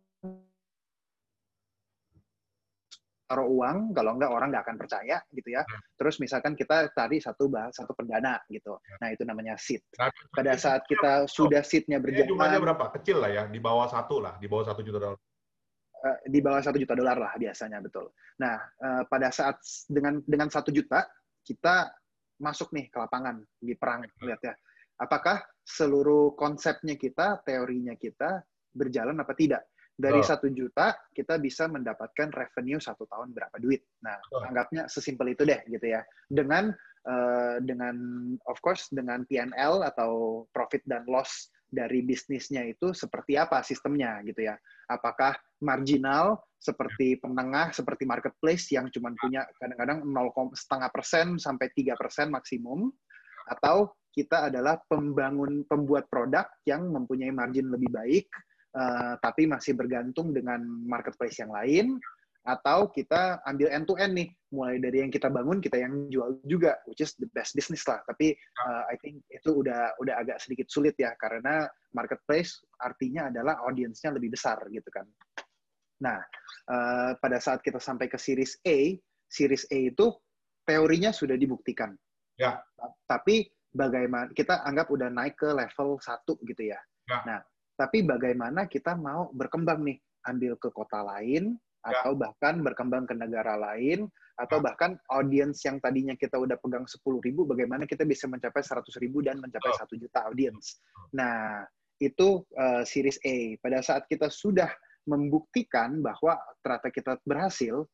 taruh uang, kalau enggak orang nggak akan percaya gitu ya. Terus misalkan kita tadi satu bahas satu pendana gitu. Nah itu namanya seed. Pada saat kita sudah seednya berjalan. Jumlahnya berapa? Kecil lah ya, di bawah satu lah, di bawah satu juta dolar. Di bawah satu juta dolar lah biasanya, betul. Nah, pada saat dengan dengan satu juta kita masuk nih ke lapangan di perang, lihat ya. Apakah seluruh konsepnya kita, teorinya kita berjalan apa tidak? Dari satu juta kita bisa mendapatkan revenue satu tahun berapa duit. Nah, oh. anggapnya sesimpel itu deh gitu ya. Dengan uh, dengan of course dengan P and L atau profit dan loss dari bisnisnya itu seperti apa sistemnya gitu ya. Apakah marginal seperti penengah, seperti marketplace yang cuma punya kadang-kadang nol koma lima persen sampai tiga persen maksimum, atau kita adalah pembangun pembuat produk yang mempunyai margin lebih baik, uh, tapi masih bergantung dengan marketplace yang lain, atau kita ambil end to end nih, mulai dari yang kita bangun kita yang jual juga, which is the best business lah. Tapi uh, I think itu udah udah agak sedikit sulit ya, karena marketplace artinya adalah audiensnya lebih besar gitu kan. Nah, uh, pada saat kita sampai ke series A, series A itu teorinya sudah dibuktikan. Ya. Tapi bagaimana kita anggap udah naik ke level satu gitu ya. Ya. Nah, tapi bagaimana kita mau berkembang nih, ambil ke kota lain, atau bahkan berkembang ke negara lain, atau bahkan audiens yang tadinya kita udah pegang sepuluh ribu, bagaimana kita bisa mencapai seratus ribu dan mencapai satu juta audiens. Nah, itu uh, series A. Pada saat kita sudah membuktikan bahwa ternyata kita berhasil,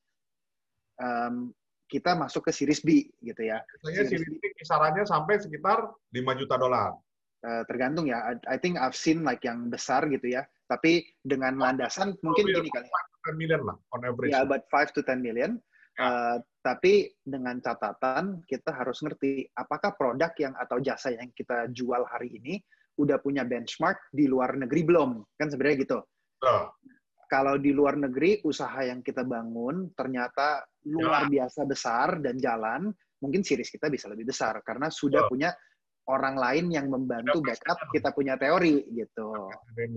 um, kita masuk ke series B, gitu ya. Biasanya series B kisarannya sampai sekitar lima juta dolar. Uh, tergantung ya. I, I think I've seen like yang besar gitu ya. Tapi dengan landasan, oh, mungkin gini kali. ten million lah, on average. Ya, yeah, about five to ten million. Ya. Uh, tapi dengan catatan, kita harus ngerti apakah produk yang atau jasa yang kita jual hari ini udah punya benchmark di luar negeri belum? Kan sebenarnya gitu. Oh. Kalau di luar negeri, usaha yang kita bangun ternyata luar ya. biasa besar dan jalan, mungkin series kita bisa lebih besar. Karena sudah oh. punya orang lain yang membantu backup, kita punya teori gitu.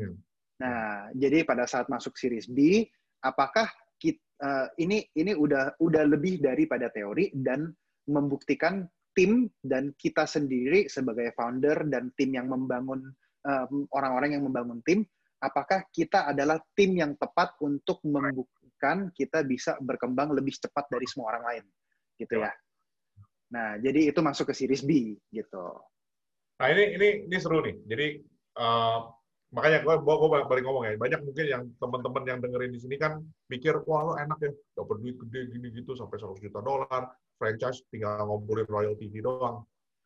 Nah, jadi pada saat masuk series B, apakah kita, uh, ini ini udah udah lebih daripada teori dan membuktikan tim dan kita sendiri sebagai founder dan tim yang membangun uh, orang-orang yang membangun tim, apakah kita adalah tim yang tepat untuk membuktikan kita bisa berkembang lebih cepat dari semua orang lain, gitu ya. Nah, jadi itu masuk ke series B gitu. Nah, ini ini ini seru nih. Jadi uh... makanya gue, gue balik ngomong ya, banyak mungkin yang teman-teman yang dengerin di sini kan mikir, wah lo enak ya, dapat duit gede gini gitu sampai seratus juta dolar, franchise tinggal ngumpulin royalty doang.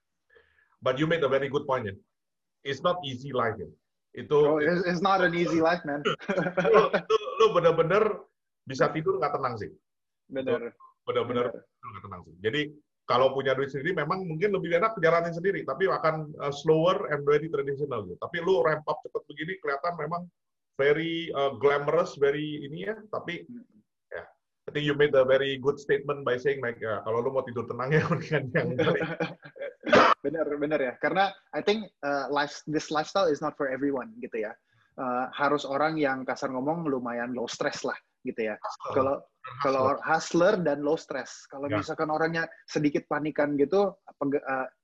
But you made a very good point ya. It's not easy life ya. Itu oh, it's, it's not an easy life, man. lo, lo, lo bener-bener bisa tidur nggak tenang sih. Bener. Bener-bener nggak tenang sih. Jadi kalau punya duit sendiri, memang mungkin lebih enak jalanin sendiri, tapi akan uh, slower and very traditional gitu. Tapi lu ramp up cepet begini, kelihatan memang very uh, glamorous, very ini ya. Tapi ya, I think you made a very good statement by saying like, ya, kalau lu mau tidur tenang ya, mendingan yang bener, bener ya. Karena I think uh, life, this lifestyle is not for everyone gitu ya. Uh, harus orang yang kasar ngomong lumayan low stress lah gitu ya. Kalau kalau hustler dan low stress. Kalau ya. misalkan orangnya sedikit panikan gitu, uh,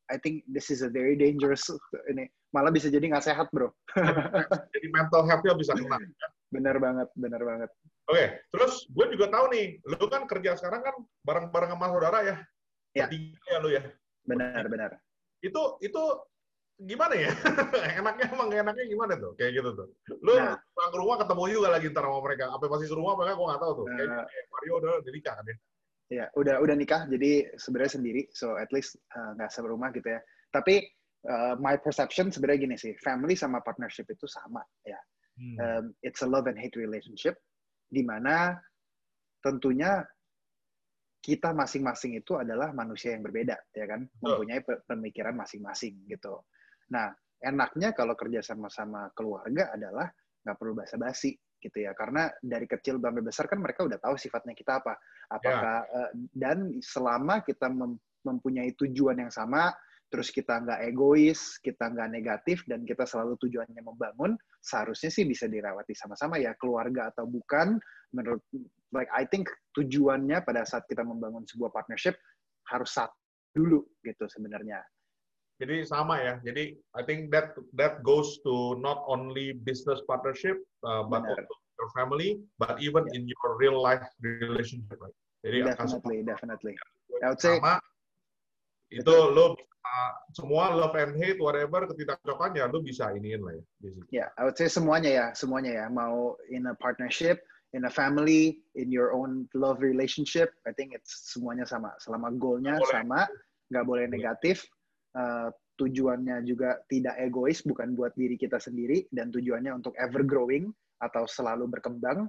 I think this is a very dangerous ini. Malah bisa jadi nggak sehat, bro. Jadi mental health-nya bisa kena. Bener banget, bener banget. Oke, okay, terus gue juga tahu nih, lu kan kerja sekarang kan bareng-bareng sama saudara ya? Ya. Bertiga ya lu ya? Benar, benar. Itu itu gimana ya? Enaknya emang enaknya gimana tuh? Kayak gitu tuh. Lu Nah, pulang ke rumah ketemu juga lagi ntar sama mereka. Apa masih serumah mereka? Gue nggak tahu tuh. Uh, Kayaknya Mario udah nikah kan ya? Ya, udah udah nikah, jadi sebenarnya sendiri, so at least nggak uh, serumah gitu ya. Tapi uh, my perception sebenarnya gini sih, family sama partnership itu sama ya. Hmm. Um, it's a love and hate relationship, di mana tentunya kita masing-masing itu adalah manusia yang berbeda, ya kan, mempunyai pemikiran masing-masing gitu. Nah, enaknya kalau kerja sama-sama keluarga adalah nggak perlu basa-basi gitu ya, karena dari kecil sampai besar kan mereka udah tahu sifatnya kita apa, apakah yeah. uh, dan selama kita mem mempunyai tujuan yang sama, terus kita nggak egois, kita nggak negatif, dan kita selalu tujuannya membangun, seharusnya sih bisa dirawati sama-sama ya, keluarga atau bukan. Menurut, like I think tujuannya pada saat kita membangun sebuah partnership harus satu dulu gitu sebenarnya. Jadi sama ya. Jadi I think that that goes to not only business partnership, uh, but Benar. also your family, but even yeah. in your real life relationship. Right? Jadi definitely, akan definitely. I would say sama itu lo uh, semua love and hate whatever ketidakcocokan ya lo bisa iniin lah ya. Ya, yeah, I would say semuanya ya, semuanya ya. Mau in a partnership, in a family, in your own love relationship, I think it's semuanya sama. Selama goalnya sama, nggak boleh negatif. Uh, tujuannya juga tidak egois, bukan buat diri kita sendiri, dan tujuannya untuk ever growing atau selalu berkembang.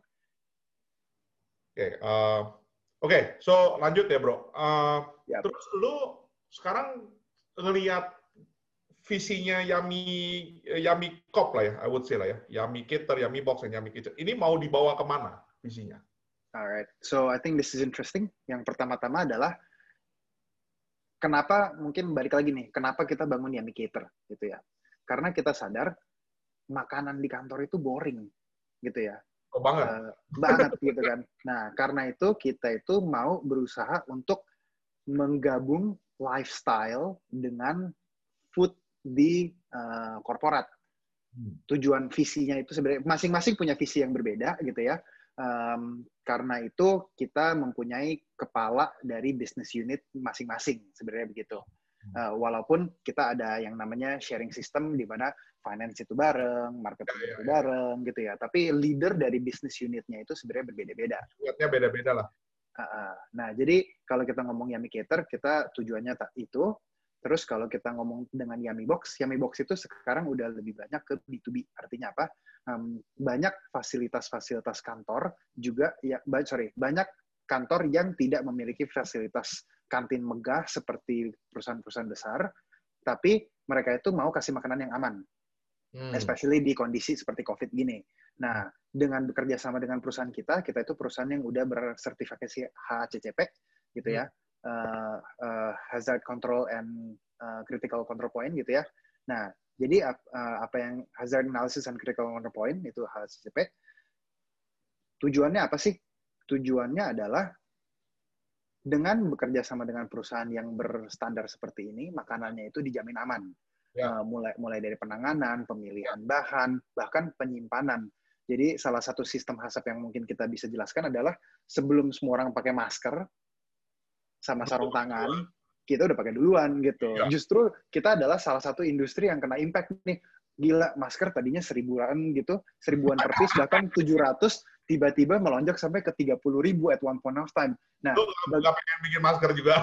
Oke, okay, uh, oke, okay, so lanjut ya bro. Uh, yep. Terus lu sekarang ngelihat visinya Yummy Yummy Corp lah ya, I would say lah ya, Yummy Cater, Yummy Box, dan Yummy Kitchen. Ini mau dibawa kemana visinya? Alright, so I think this is interesting. Yang pertama-tama adalah kenapa, mungkin balik lagi nih, kenapa kita bangun Yummy Cater gitu ya? Karena kita sadar makanan di kantor itu boring gitu ya. Oh, banget. Uh, banget gitu kan. Nah, karena itu kita itu mau berusaha untuk menggabung lifestyle dengan food di uh, korporat. Hmm. Tujuan visinya itu sebenarnya masing-masing punya visi yang berbeda gitu ya. Um, karena itu kita mempunyai kepala dari business unit masing-masing sebenarnya begitu. Uh, walaupun kita ada yang namanya sharing system di mana finance itu bareng, marketing ya, ya, itu ya. bareng gitu ya. Tapi leader dari business unitnya itu sebenarnya berbeda-beda. Unitnya beda-beda lah. Uh, uh. Nah, jadi kalau kita ngomong Yummy Cater, kita tujuannya tak itu. Terus kalau kita ngomong dengan Yummy Box, Yummy Box itu sekarang udah lebih banyak ke B to B. Artinya apa? Um, banyak fasilitas-fasilitas kantor juga, ya, sorry, banyak kantor yang tidak memiliki fasilitas kantin megah seperti perusahaan-perusahaan besar, tapi mereka itu mau kasih makanan yang aman. Hmm. Especially di kondisi seperti COVID gini. Nah, dengan bekerja sama dengan perusahaan kita, kita itu perusahaan yang udah bersertifikasi H A C C P, gitu ya. Hmm. Uh, uh, hazard control and uh, critical control point gitu ya. Nah, jadi uh, apa yang hazard analysis and critical control point itu H A C C P. Tujuannya apa sih? Tujuannya adalah dengan bekerja sama dengan perusahaan yang berstandar seperti ini, makanannya itu dijamin aman. Ya. Uh, mulai mulai dari penanganan, pemilihan bahan, bahkan penyimpanan. Jadi salah satu sistem HACCP yang mungkin kita bisa jelaskan adalah sebelum semua orang pakai masker sama sarung tangan, kita udah pakai duluan gitu. Ya. Justru kita adalah salah satu industri yang kena impact nih. Gila, masker tadinya seribuan gitu, seribuan per piece, bahkan tujuh ratus, tiba-tiba melonjak sampai ke tiga puluh ribu at one point of time. Nah, lu nggak pengen bikin masker juga.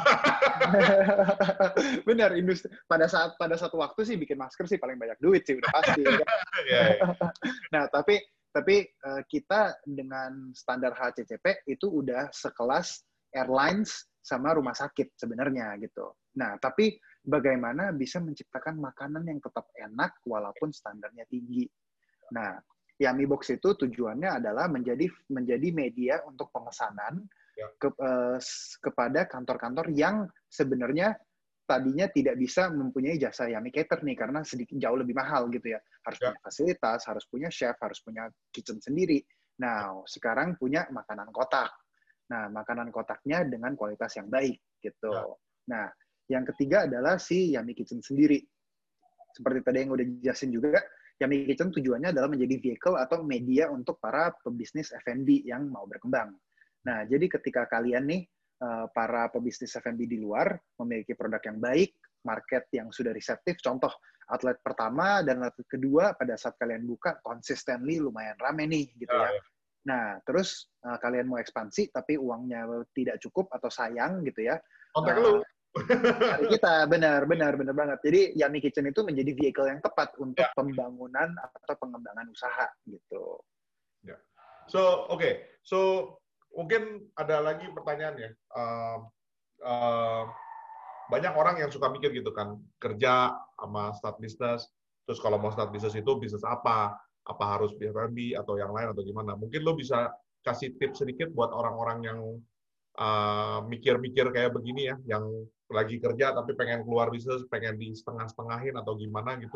Benar, industri pada saat pada satu waktu sih bikin masker sih paling banyak duit sih, udah pasti. Kan? Ya, ya. Nah, tapi tapi uh, kita dengan standar H A C C P itu udah sekelas airlines sama rumah sakit sebenarnya gitu. Nah, tapi bagaimana bisa menciptakan makanan yang tetap enak walaupun standarnya tinggi. Nah, Yummy Box itu tujuannya adalah menjadi menjadi media untuk pemesanan ya. ke, uh, kepada kantor-kantor yang sebenarnya tadinya tidak bisa mempunyai jasa Yummy Cater nih karena sedikit jauh lebih mahal gitu ya. Harus ya. punya fasilitas, harus punya chef, harus punya kitchen sendiri. Nah, sekarang punya makanan kotak. Nah, makanan kotaknya dengan kualitas yang baik gitu. Ya. Nah, Yang ketiga adalah si Yummy Kitchen sendiri. Seperti tadi yang udah dijelasin juga, Yummy Kitchen tujuannya adalah menjadi vehicle atau media untuk para pebisnis F and B yang mau berkembang. Nah, jadi ketika kalian nih, para pebisnis F and B di luar memiliki produk yang baik, market yang sudah reseptif, contoh outlet pertama dan outlet kedua pada saat kalian buka consistently lumayan rame nih gitu ya. Nah, terus uh, kalian mau ekspansi tapi uangnya tidak cukup atau sayang gitu ya. Kontak uh, lu. Cari kita, benar, benar, benar banget. Jadi Yummy Kitchen itu menjadi vehicle yang tepat untuk ya. pembangunan atau pengembangan usaha gitu. Ya. So, oke. Okay. So, mungkin ada lagi pertanyaan ya. Uh, uh, banyak orang yang suka mikir gitu kan, kerja sama start bisnis, terus kalau mau start bisnis itu bisnis apa? Apa harus F and B atau yang lain atau gimana? Mungkin lo bisa kasih tips sedikit buat orang-orang yang uh, mikir-mikir kayak begini ya, yang lagi kerja tapi pengen keluar bisnis, pengen di setengah-setengahin atau gimana gitu.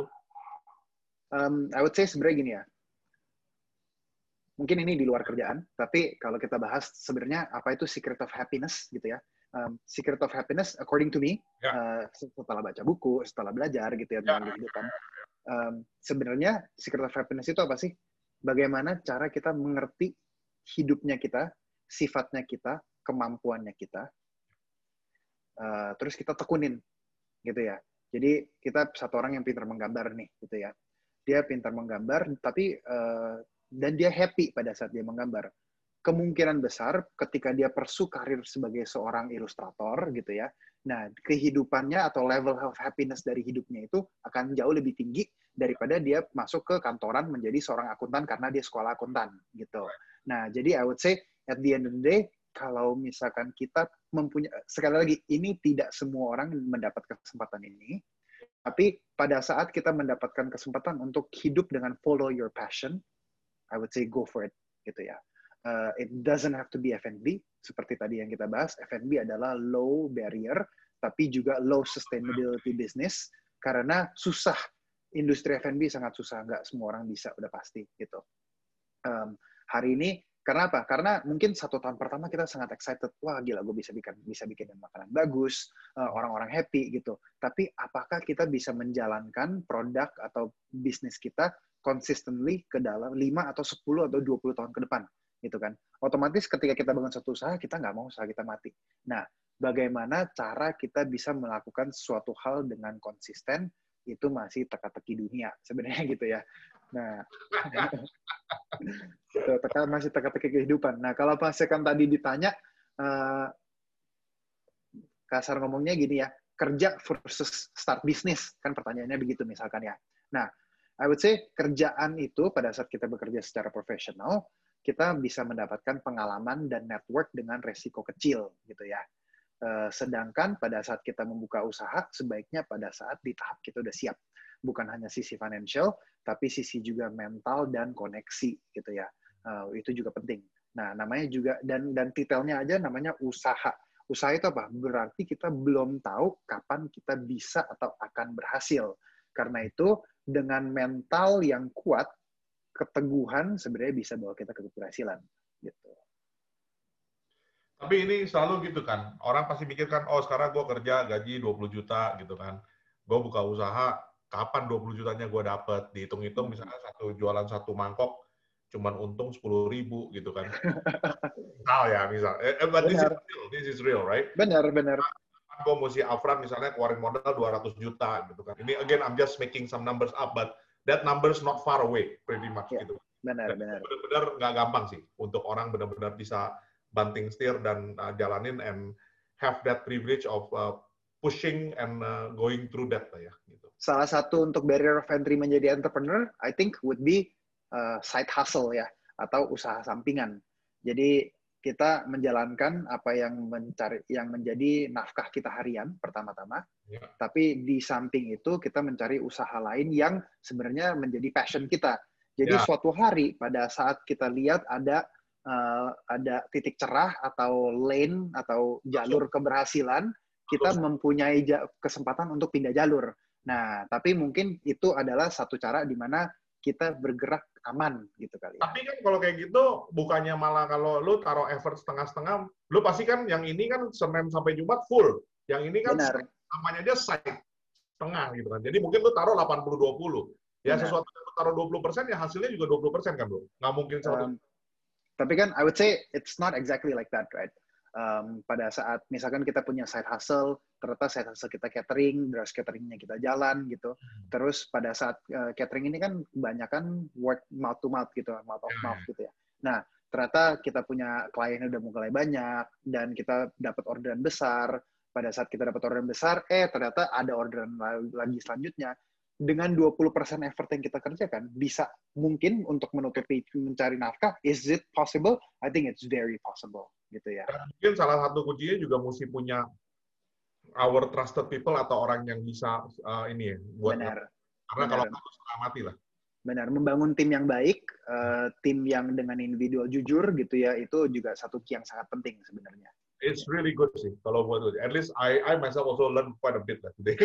Um, I would say sebenarnya gini ya. Mungkin ini di luar kerjaan, tapi kalau kita bahas sebenarnya apa itu secret of happiness gitu ya. Um, secret of happiness, according to me, ya. uh, setelah baca buku, setelah belajar gitu ya tentang ya. kehidupan, um, sebenarnya secret of happiness itu apa sih? Bagaimana cara kita mengerti hidupnya kita, sifatnya kita, kemampuannya kita, uh, terus kita tekunin, gitu ya. Jadi kita satu orang yang pintar menggambar nih, gitu ya. Dia pintar menggambar, tapi uh, dan dia happy pada saat dia menggambar. Kemungkinan besar ketika dia pursue karir sebagai seorang ilustrator gitu ya, nah kehidupannya atau level of happiness dari hidupnya itu akan jauh lebih tinggi daripada dia masuk ke kantoran menjadi seorang akuntan karena dia sekolah akuntan gitu. Nah jadi I would say at the end of the day, kalau misalkan kita mempunyai, sekali lagi ini tidak semua orang mendapat kesempatan ini, tapi pada saat kita mendapatkan kesempatan untuk hidup dengan follow your passion, I would say go for it gitu ya. Uh, it doesn't have to be F and B, seperti tadi yang kita bahas. F and B adalah low barrier, tapi juga low sustainability business, karena susah. Industri F and B sangat susah, nggak semua orang bisa, udah pasti. gitu. Um, hari ini, karena apa? Karena mungkin satu tahun pertama kita sangat excited, wah gila, gue bisa bikin bisa bikin makanan bagus, uh, orang-orang happy, gitu. Tapi apakah kita bisa menjalankan produk atau bisnis kita consistently ke dalam lima atau sepuluh atau dua puluh tahun ke depan? Gitu kan. Otomatis ketika kita bangun satu usaha, kita nggak mau usaha kita mati. Nah, bagaimana cara kita bisa melakukan suatu hal dengan konsisten, itu masih teka-teki dunia, sebenarnya gitu ya. Nah, teka, masih teka-teki kehidupan. Nah, kalau pastikan tadi ditanya, uh, kasar ngomongnya gini ya, kerja versus start bisnis, kan pertanyaannya begitu misalkan ya. Nah, I would say kerjaan itu pada saat kita bekerja secara profesional, kita bisa mendapatkan pengalaman dan network dengan resiko kecil, gitu ya. Sedangkan pada saat kita membuka usaha, sebaiknya pada saat di tahap kita udah siap. Bukan hanya sisi financial, tapi sisi juga mental dan koneksi, gitu ya. Itu juga penting. Nah, namanya juga, dan dan titelnya aja namanya usaha. Usaha itu apa? Berarti kita belum tahu kapan kita bisa atau akan berhasil. Karena itu, dengan mental yang kuat, keteguhan sebenarnya bisa bawa kita ke keberhasilan gitu. Tapi ini selalu gitu kan, orang pasti mikir kan, oh sekarang gue kerja gaji dua puluh juta gitu kan, gue buka usaha, kapan dua puluh jutanya gue dapet? Dihitung-hitung misalnya satu jualan satu mangkok, cuman untung sepuluh ribu gitu kan. Misal ya, misal. Eh, but this is real, this is real, right? Benar, benar. Gue mesti upfront misalnya keluarin modal dua ratus juta gitu kan. Ini again, I'm just making some numbers up, but that number's not far away, pretty much yeah, gitu. Benar, benar. Benar-benar nggak gampang sih untuk orang benar-benar bisa banting setir dan uh, jalanin and have that privilege of uh, pushing and uh, going through that ya. Gitu. Salah satu untuk barrier of entry menjadi entrepreneur, I think would be uh, side hustle ya, atau usaha sampingan. Jadi kita menjalankan apa yang mencari, yang menjadi nafkah kita harian pertama-tama. Ya. Tapi di samping itu kita mencari usaha lain yang sebenarnya menjadi passion kita. Jadi ya. Suatu hari pada saat kita lihat ada uh, ada titik cerah atau lane atau jalur keberhasilan, kita Betul. mempunyai kesempatan untuk pindah jalur. Nah, tapi mungkin itu adalah satu cara di mana kita bergerak aman gitu kali ya. Tapi kan kalau kayak gitu, bukannya malah kalau lu taruh effort setengah-setengah, lu pasti kan yang ini kan Senin sampai Jumat full. Yang ini kan Benar. namanya aja side tengah gitu kan. Jadi mungkin lu taruh delapan puluh dua puluh. Ya Benar. sesuatu yang lu taruh dua puluh persen ya hasilnya juga dua puluh persen kan, Bro. Nggak mungkin seratus. Um, tapi kan I would say it's not exactly like that, right? Um, pada saat misalkan kita punya side hustle, ternyata side hustle kita catering, terus cateringnya kita jalan gitu. Terus pada saat uh, catering ini kan kebanyakan word mouth to mouth gitu, mouth of mouth gitu ya. Nah, ternyata kita punya klien udah mulai banyak dan kita dapat orderan besar. Pada saat kita dapat orderan besar, eh ternyata ada orderan lagi selanjutnya. Dengan dua puluh persen effort yang kita kerjakan, bisa mungkin untuk menutupi mencari nafkah. Is it possible? I think it's very possible, gitu ya. Dan mungkin salah satu kuncinya juga mesti punya our trusted people atau orang yang bisa uh, ini ya buat. Benar. Karena Benar. kalau harus mati lah. Benar. Membangun tim yang baik, uh, tim yang dengan individual jujur, gitu ya, itu juga satu key yang sangat penting sebenarnya. It's really good sih kalau buat itu. At least I I myself also learn quite a bit lah today.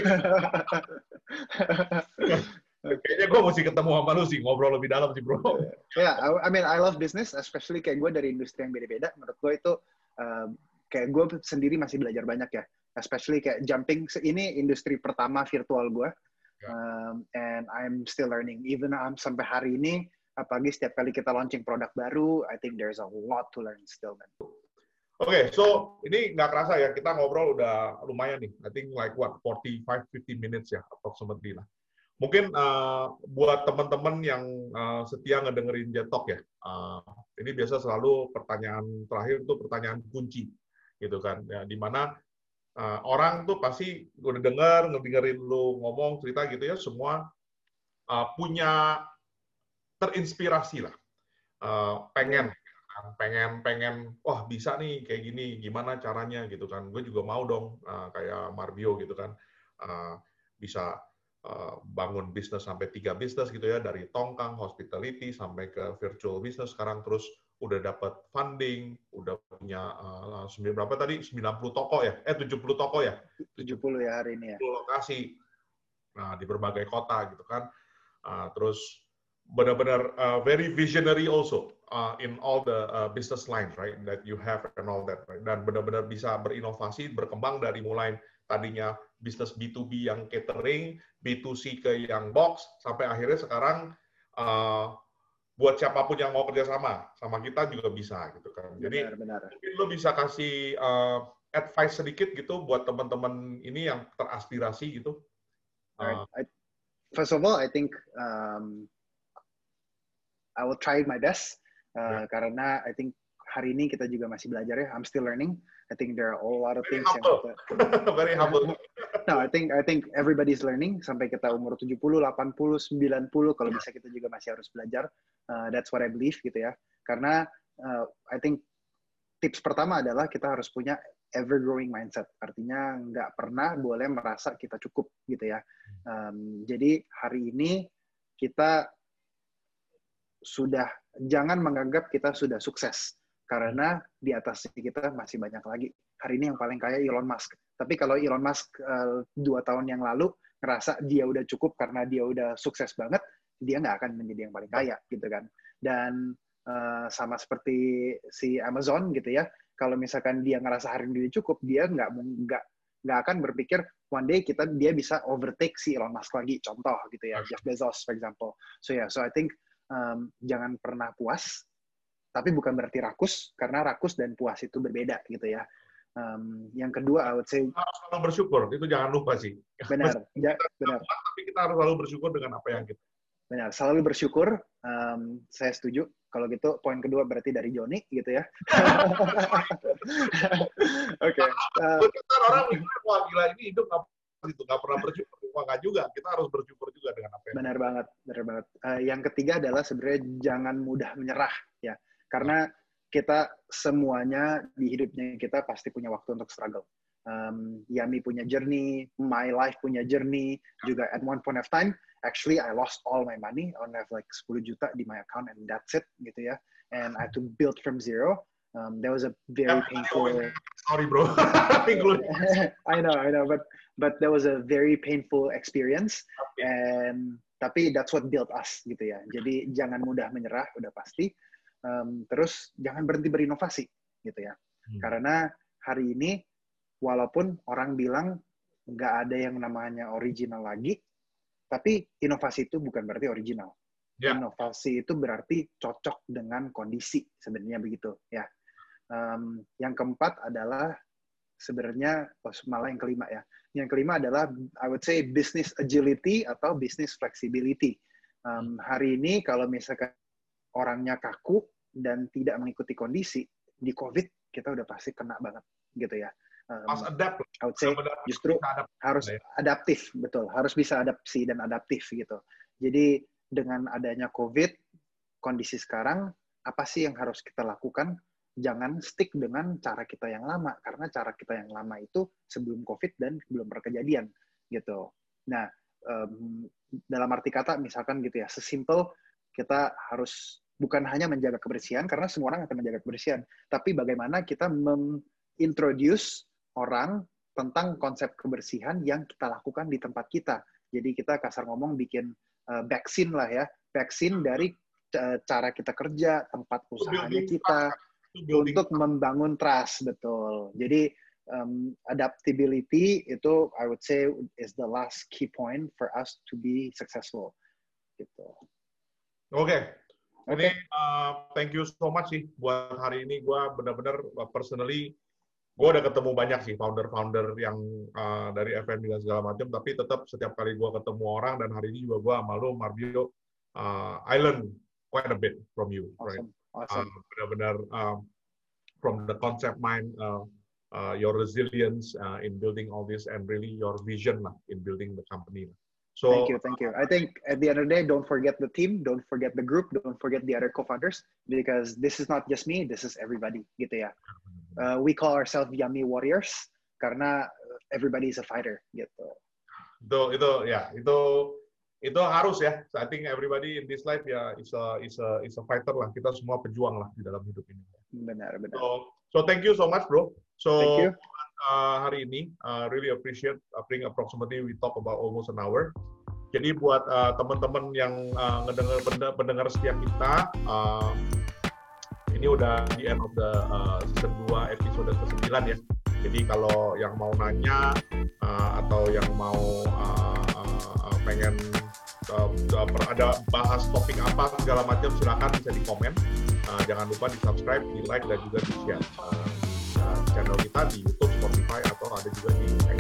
Kayaknya gue mesti ketemu sama lu sih, ngobrol lebih dalam sih, Bro. Ya, yeah, I, I mean I love business, especially kayak gue dari industri yang beda-beda. Menurut gue itu uh, kayak gue sendiri masih belajar banyak ya. Especially kayak jumping, ini industri pertama virtual gue. Yeah. Um, and I'm still learning. Even I'm sampai hari ini, apalagi setiap kali kita launching produk baru, I think there's a lot to learn still, man. Oke, okay, so ini nggak kerasa ya, kita ngobrol udah lumayan nih. I think like what, forty-five to fifty minutes ya, approximately lah. Mungkin uh, buat teman-teman yang uh, setia ngedengerin Jet Talk ya, uh, ini biasa selalu pertanyaan terakhir itu pertanyaan kunci, gitu kan. Ya, dimana uh, orang tuh pasti udah denger, ngedengerin lu ngomong, cerita gitu ya, semua uh, punya terinspirasi lah, uh, pengen. pengen pengen wah bisa nih kayak gini, gimana caranya gitu kan, gue juga mau dong uh, kayak Marbio gitu kan, uh, bisa uh, bangun bisnis sampai tiga bisnis gitu ya, dari tongkang hospitality sampai ke virtual business, sekarang terus udah dapat funding, udah punya uh, berapa tadi sembilan puluh toko ya, eh tujuh puluh toko ya, tujuh puluh ya hari ini ya, lokasi, nah di berbagai kota gitu kan, uh, terus benar-benar uh, very visionary also uh, in all the uh, business lines, right, that you have and all that, right? Dan benar-benar bisa berinovasi, berkembang dari mulai tadinya bisnis B to B yang catering, B to C ke yang box, sampai akhirnya sekarang uh, buat siapapun yang mau kerjasama sama kita juga bisa gitu kan. Jadi benar, benar. Mungkin lo bisa kasih uh, advice sedikit gitu buat teman-teman ini yang teraspirasi gitu. Uh, I, first of all, I think um, I will try my best uh, yeah. Karena I think hari ini kita juga masih belajar ya. I'm still learning. I think there are a lot of Very things humble. yang kita Very humble. No, I think I think everybody's learning sampai kita umur tujuh puluh, delapan puluh, sembilan puluh kalau bisa kita juga masih harus belajar. Uh, that's what I believe gitu ya. Karena uh, I think tips pertama adalah kita harus punya ever growing mindset. Artinya nggak pernah boleh merasa kita cukup gitu ya. Um, jadi hari ini kita sudah, jangan menganggap kita sudah sukses. Karena di atas kita masih banyak lagi. Hari ini yang paling kaya Elon Musk. Tapi kalau Elon Musk uh, dua tahun yang lalu ngerasa dia udah cukup karena dia udah sukses banget, dia nggak akan menjadi yang paling kaya gitu kan. Dan uh, sama seperti si Amazon gitu ya, kalau misalkan dia ngerasa hari ini dia cukup, dia nggak nggak nggak akan berpikir one day kita dia bisa overtake si Elon Musk lagi. Contoh gitu ya, Jeff Bezos for example. So yeah, so I think Um, jangan pernah puas, tapi bukan berarti rakus, karena rakus dan puas itu berbeda gitu ya. Um, yang kedua, I would say harus selalu bersyukur, itu jangan lupa sih. Benar, ya, benar. Puas, tapi kita harus selalu bersyukur dengan apa yang kita. Benar, selalu bersyukur. Um, saya setuju. Kalau gitu, poin kedua berarti dari Joni gitu ya. Oke. Okay. Uh, orang mikir, wah gila ini hidup nggak itu nggak pernah bersyukur, wah nggak juga. Kita harus bersyukur juga dengan apa yang. Benar banget, benar banget. Uh, yang ketiga adalah sebenarnya jangan mudah menyerah ya, karena kita semuanya di hidupnya kita pasti punya waktu untuk struggle. Um, Yami punya journey, my life punya journey juga. At one point of time, actually I lost all my money, I only have like sepuluh juta di my account and that's it gitu ya. And I had to build from zero. Um, that was a very painful. Sorry, bro. I know, I know, but but that was a very painful experience. And tapi that's what built us, gitu ya. Jadi jangan mudah menyerah, udah pasti. Um, terus jangan berhenti berinovasi, gitu ya. Hmm. Karena hari ini, walaupun orang bilang nggak ada yang namanya original lagi, tapi inovasi itu bukan berarti original. Yeah. Inovasi itu berarti cocok dengan kondisi, sebenarnya begitu ya. Um, yang keempat adalah sebenarnya, oh, malah yang kelima ya. Yang kelima adalah I would say business agility atau business flexibility. Um, hari ini kalau misalkan orangnya kaku dan tidak mengikuti kondisi, di COVID kita udah pasti kena banget gitu ya. Um, Pas adapt, I would say justru harus ya. adaptif, betul. Harus bisa adaptasi dan adaptif gitu. Jadi dengan adanya COVID, kondisi sekarang, apa sih yang harus kita lakukan? Jangan stick dengan cara kita yang lama, karena cara kita yang lama itu sebelum COVID dan belum berkejadian gitu. Nah, um, dalam arti kata misalkan gitu ya, sesimpel kita harus bukan hanya menjaga kebersihan, karena semua orang akan menjaga kebersihan, tapi bagaimana kita mengintroduce orang tentang konsep kebersihan yang kita lakukan di tempat kita. Jadi kita kasar ngomong bikin uh, vaksin lah ya, vaksin dari uh, cara kita kerja, tempat usahanya kita, untuk membangun trust, betul. Jadi um, adaptability itu I would say is the last key point for us to be successful. Gitu. Oke. Okay. Okay. Ini uh, thank you so much sih buat hari ini. Gue benar-benar uh, personally gue udah ketemu banyak sih founder-founder yang uh, dari F and B dan segala macam, tapi tetap setiap kali gue ketemu orang, dan hari ini juga gue sama lo, Marbio, uh, I learn quite a bit from you, awesome. right? Awesome. Uh, benar-benar um, from the concept mind, uh, uh, your resilience uh, in building all this, and really your vision lah in building the company. So, thank you, thank you. I think at the end of the day, don't forget the team, don't forget the group, don't forget the other co-founders, because this is not just me, this is everybody, gitu ya. Uh, we call ourselves Yummy Warriors karena everybody is a fighter, gitu. Itu, itu ya, itu itu harus ya. I think everybody in this life ya is a is a is a fighter lah. Kita semua pejuang lah di dalam hidup ini. Benar, benar. So, so thank you so much, bro. So thank you. Uh, hari ini uh, really appreciate. I think approximately we talk about almost an hour. Jadi buat uh, teman-teman yang uh, ngedengar pendengar setiap kita, uh, ini udah di end of the uh, season dua episode ke sembilan ya. Jadi kalau yang mau nanya uh, atau yang mau uh, uh, pengen uh, ada bahas topik apa segala macam, silakan bisa di komen. Uh, jangan lupa di subscribe, di like, dan juga di share uh, di uh, channel kita di YouTube, Spotify, atau ada juga di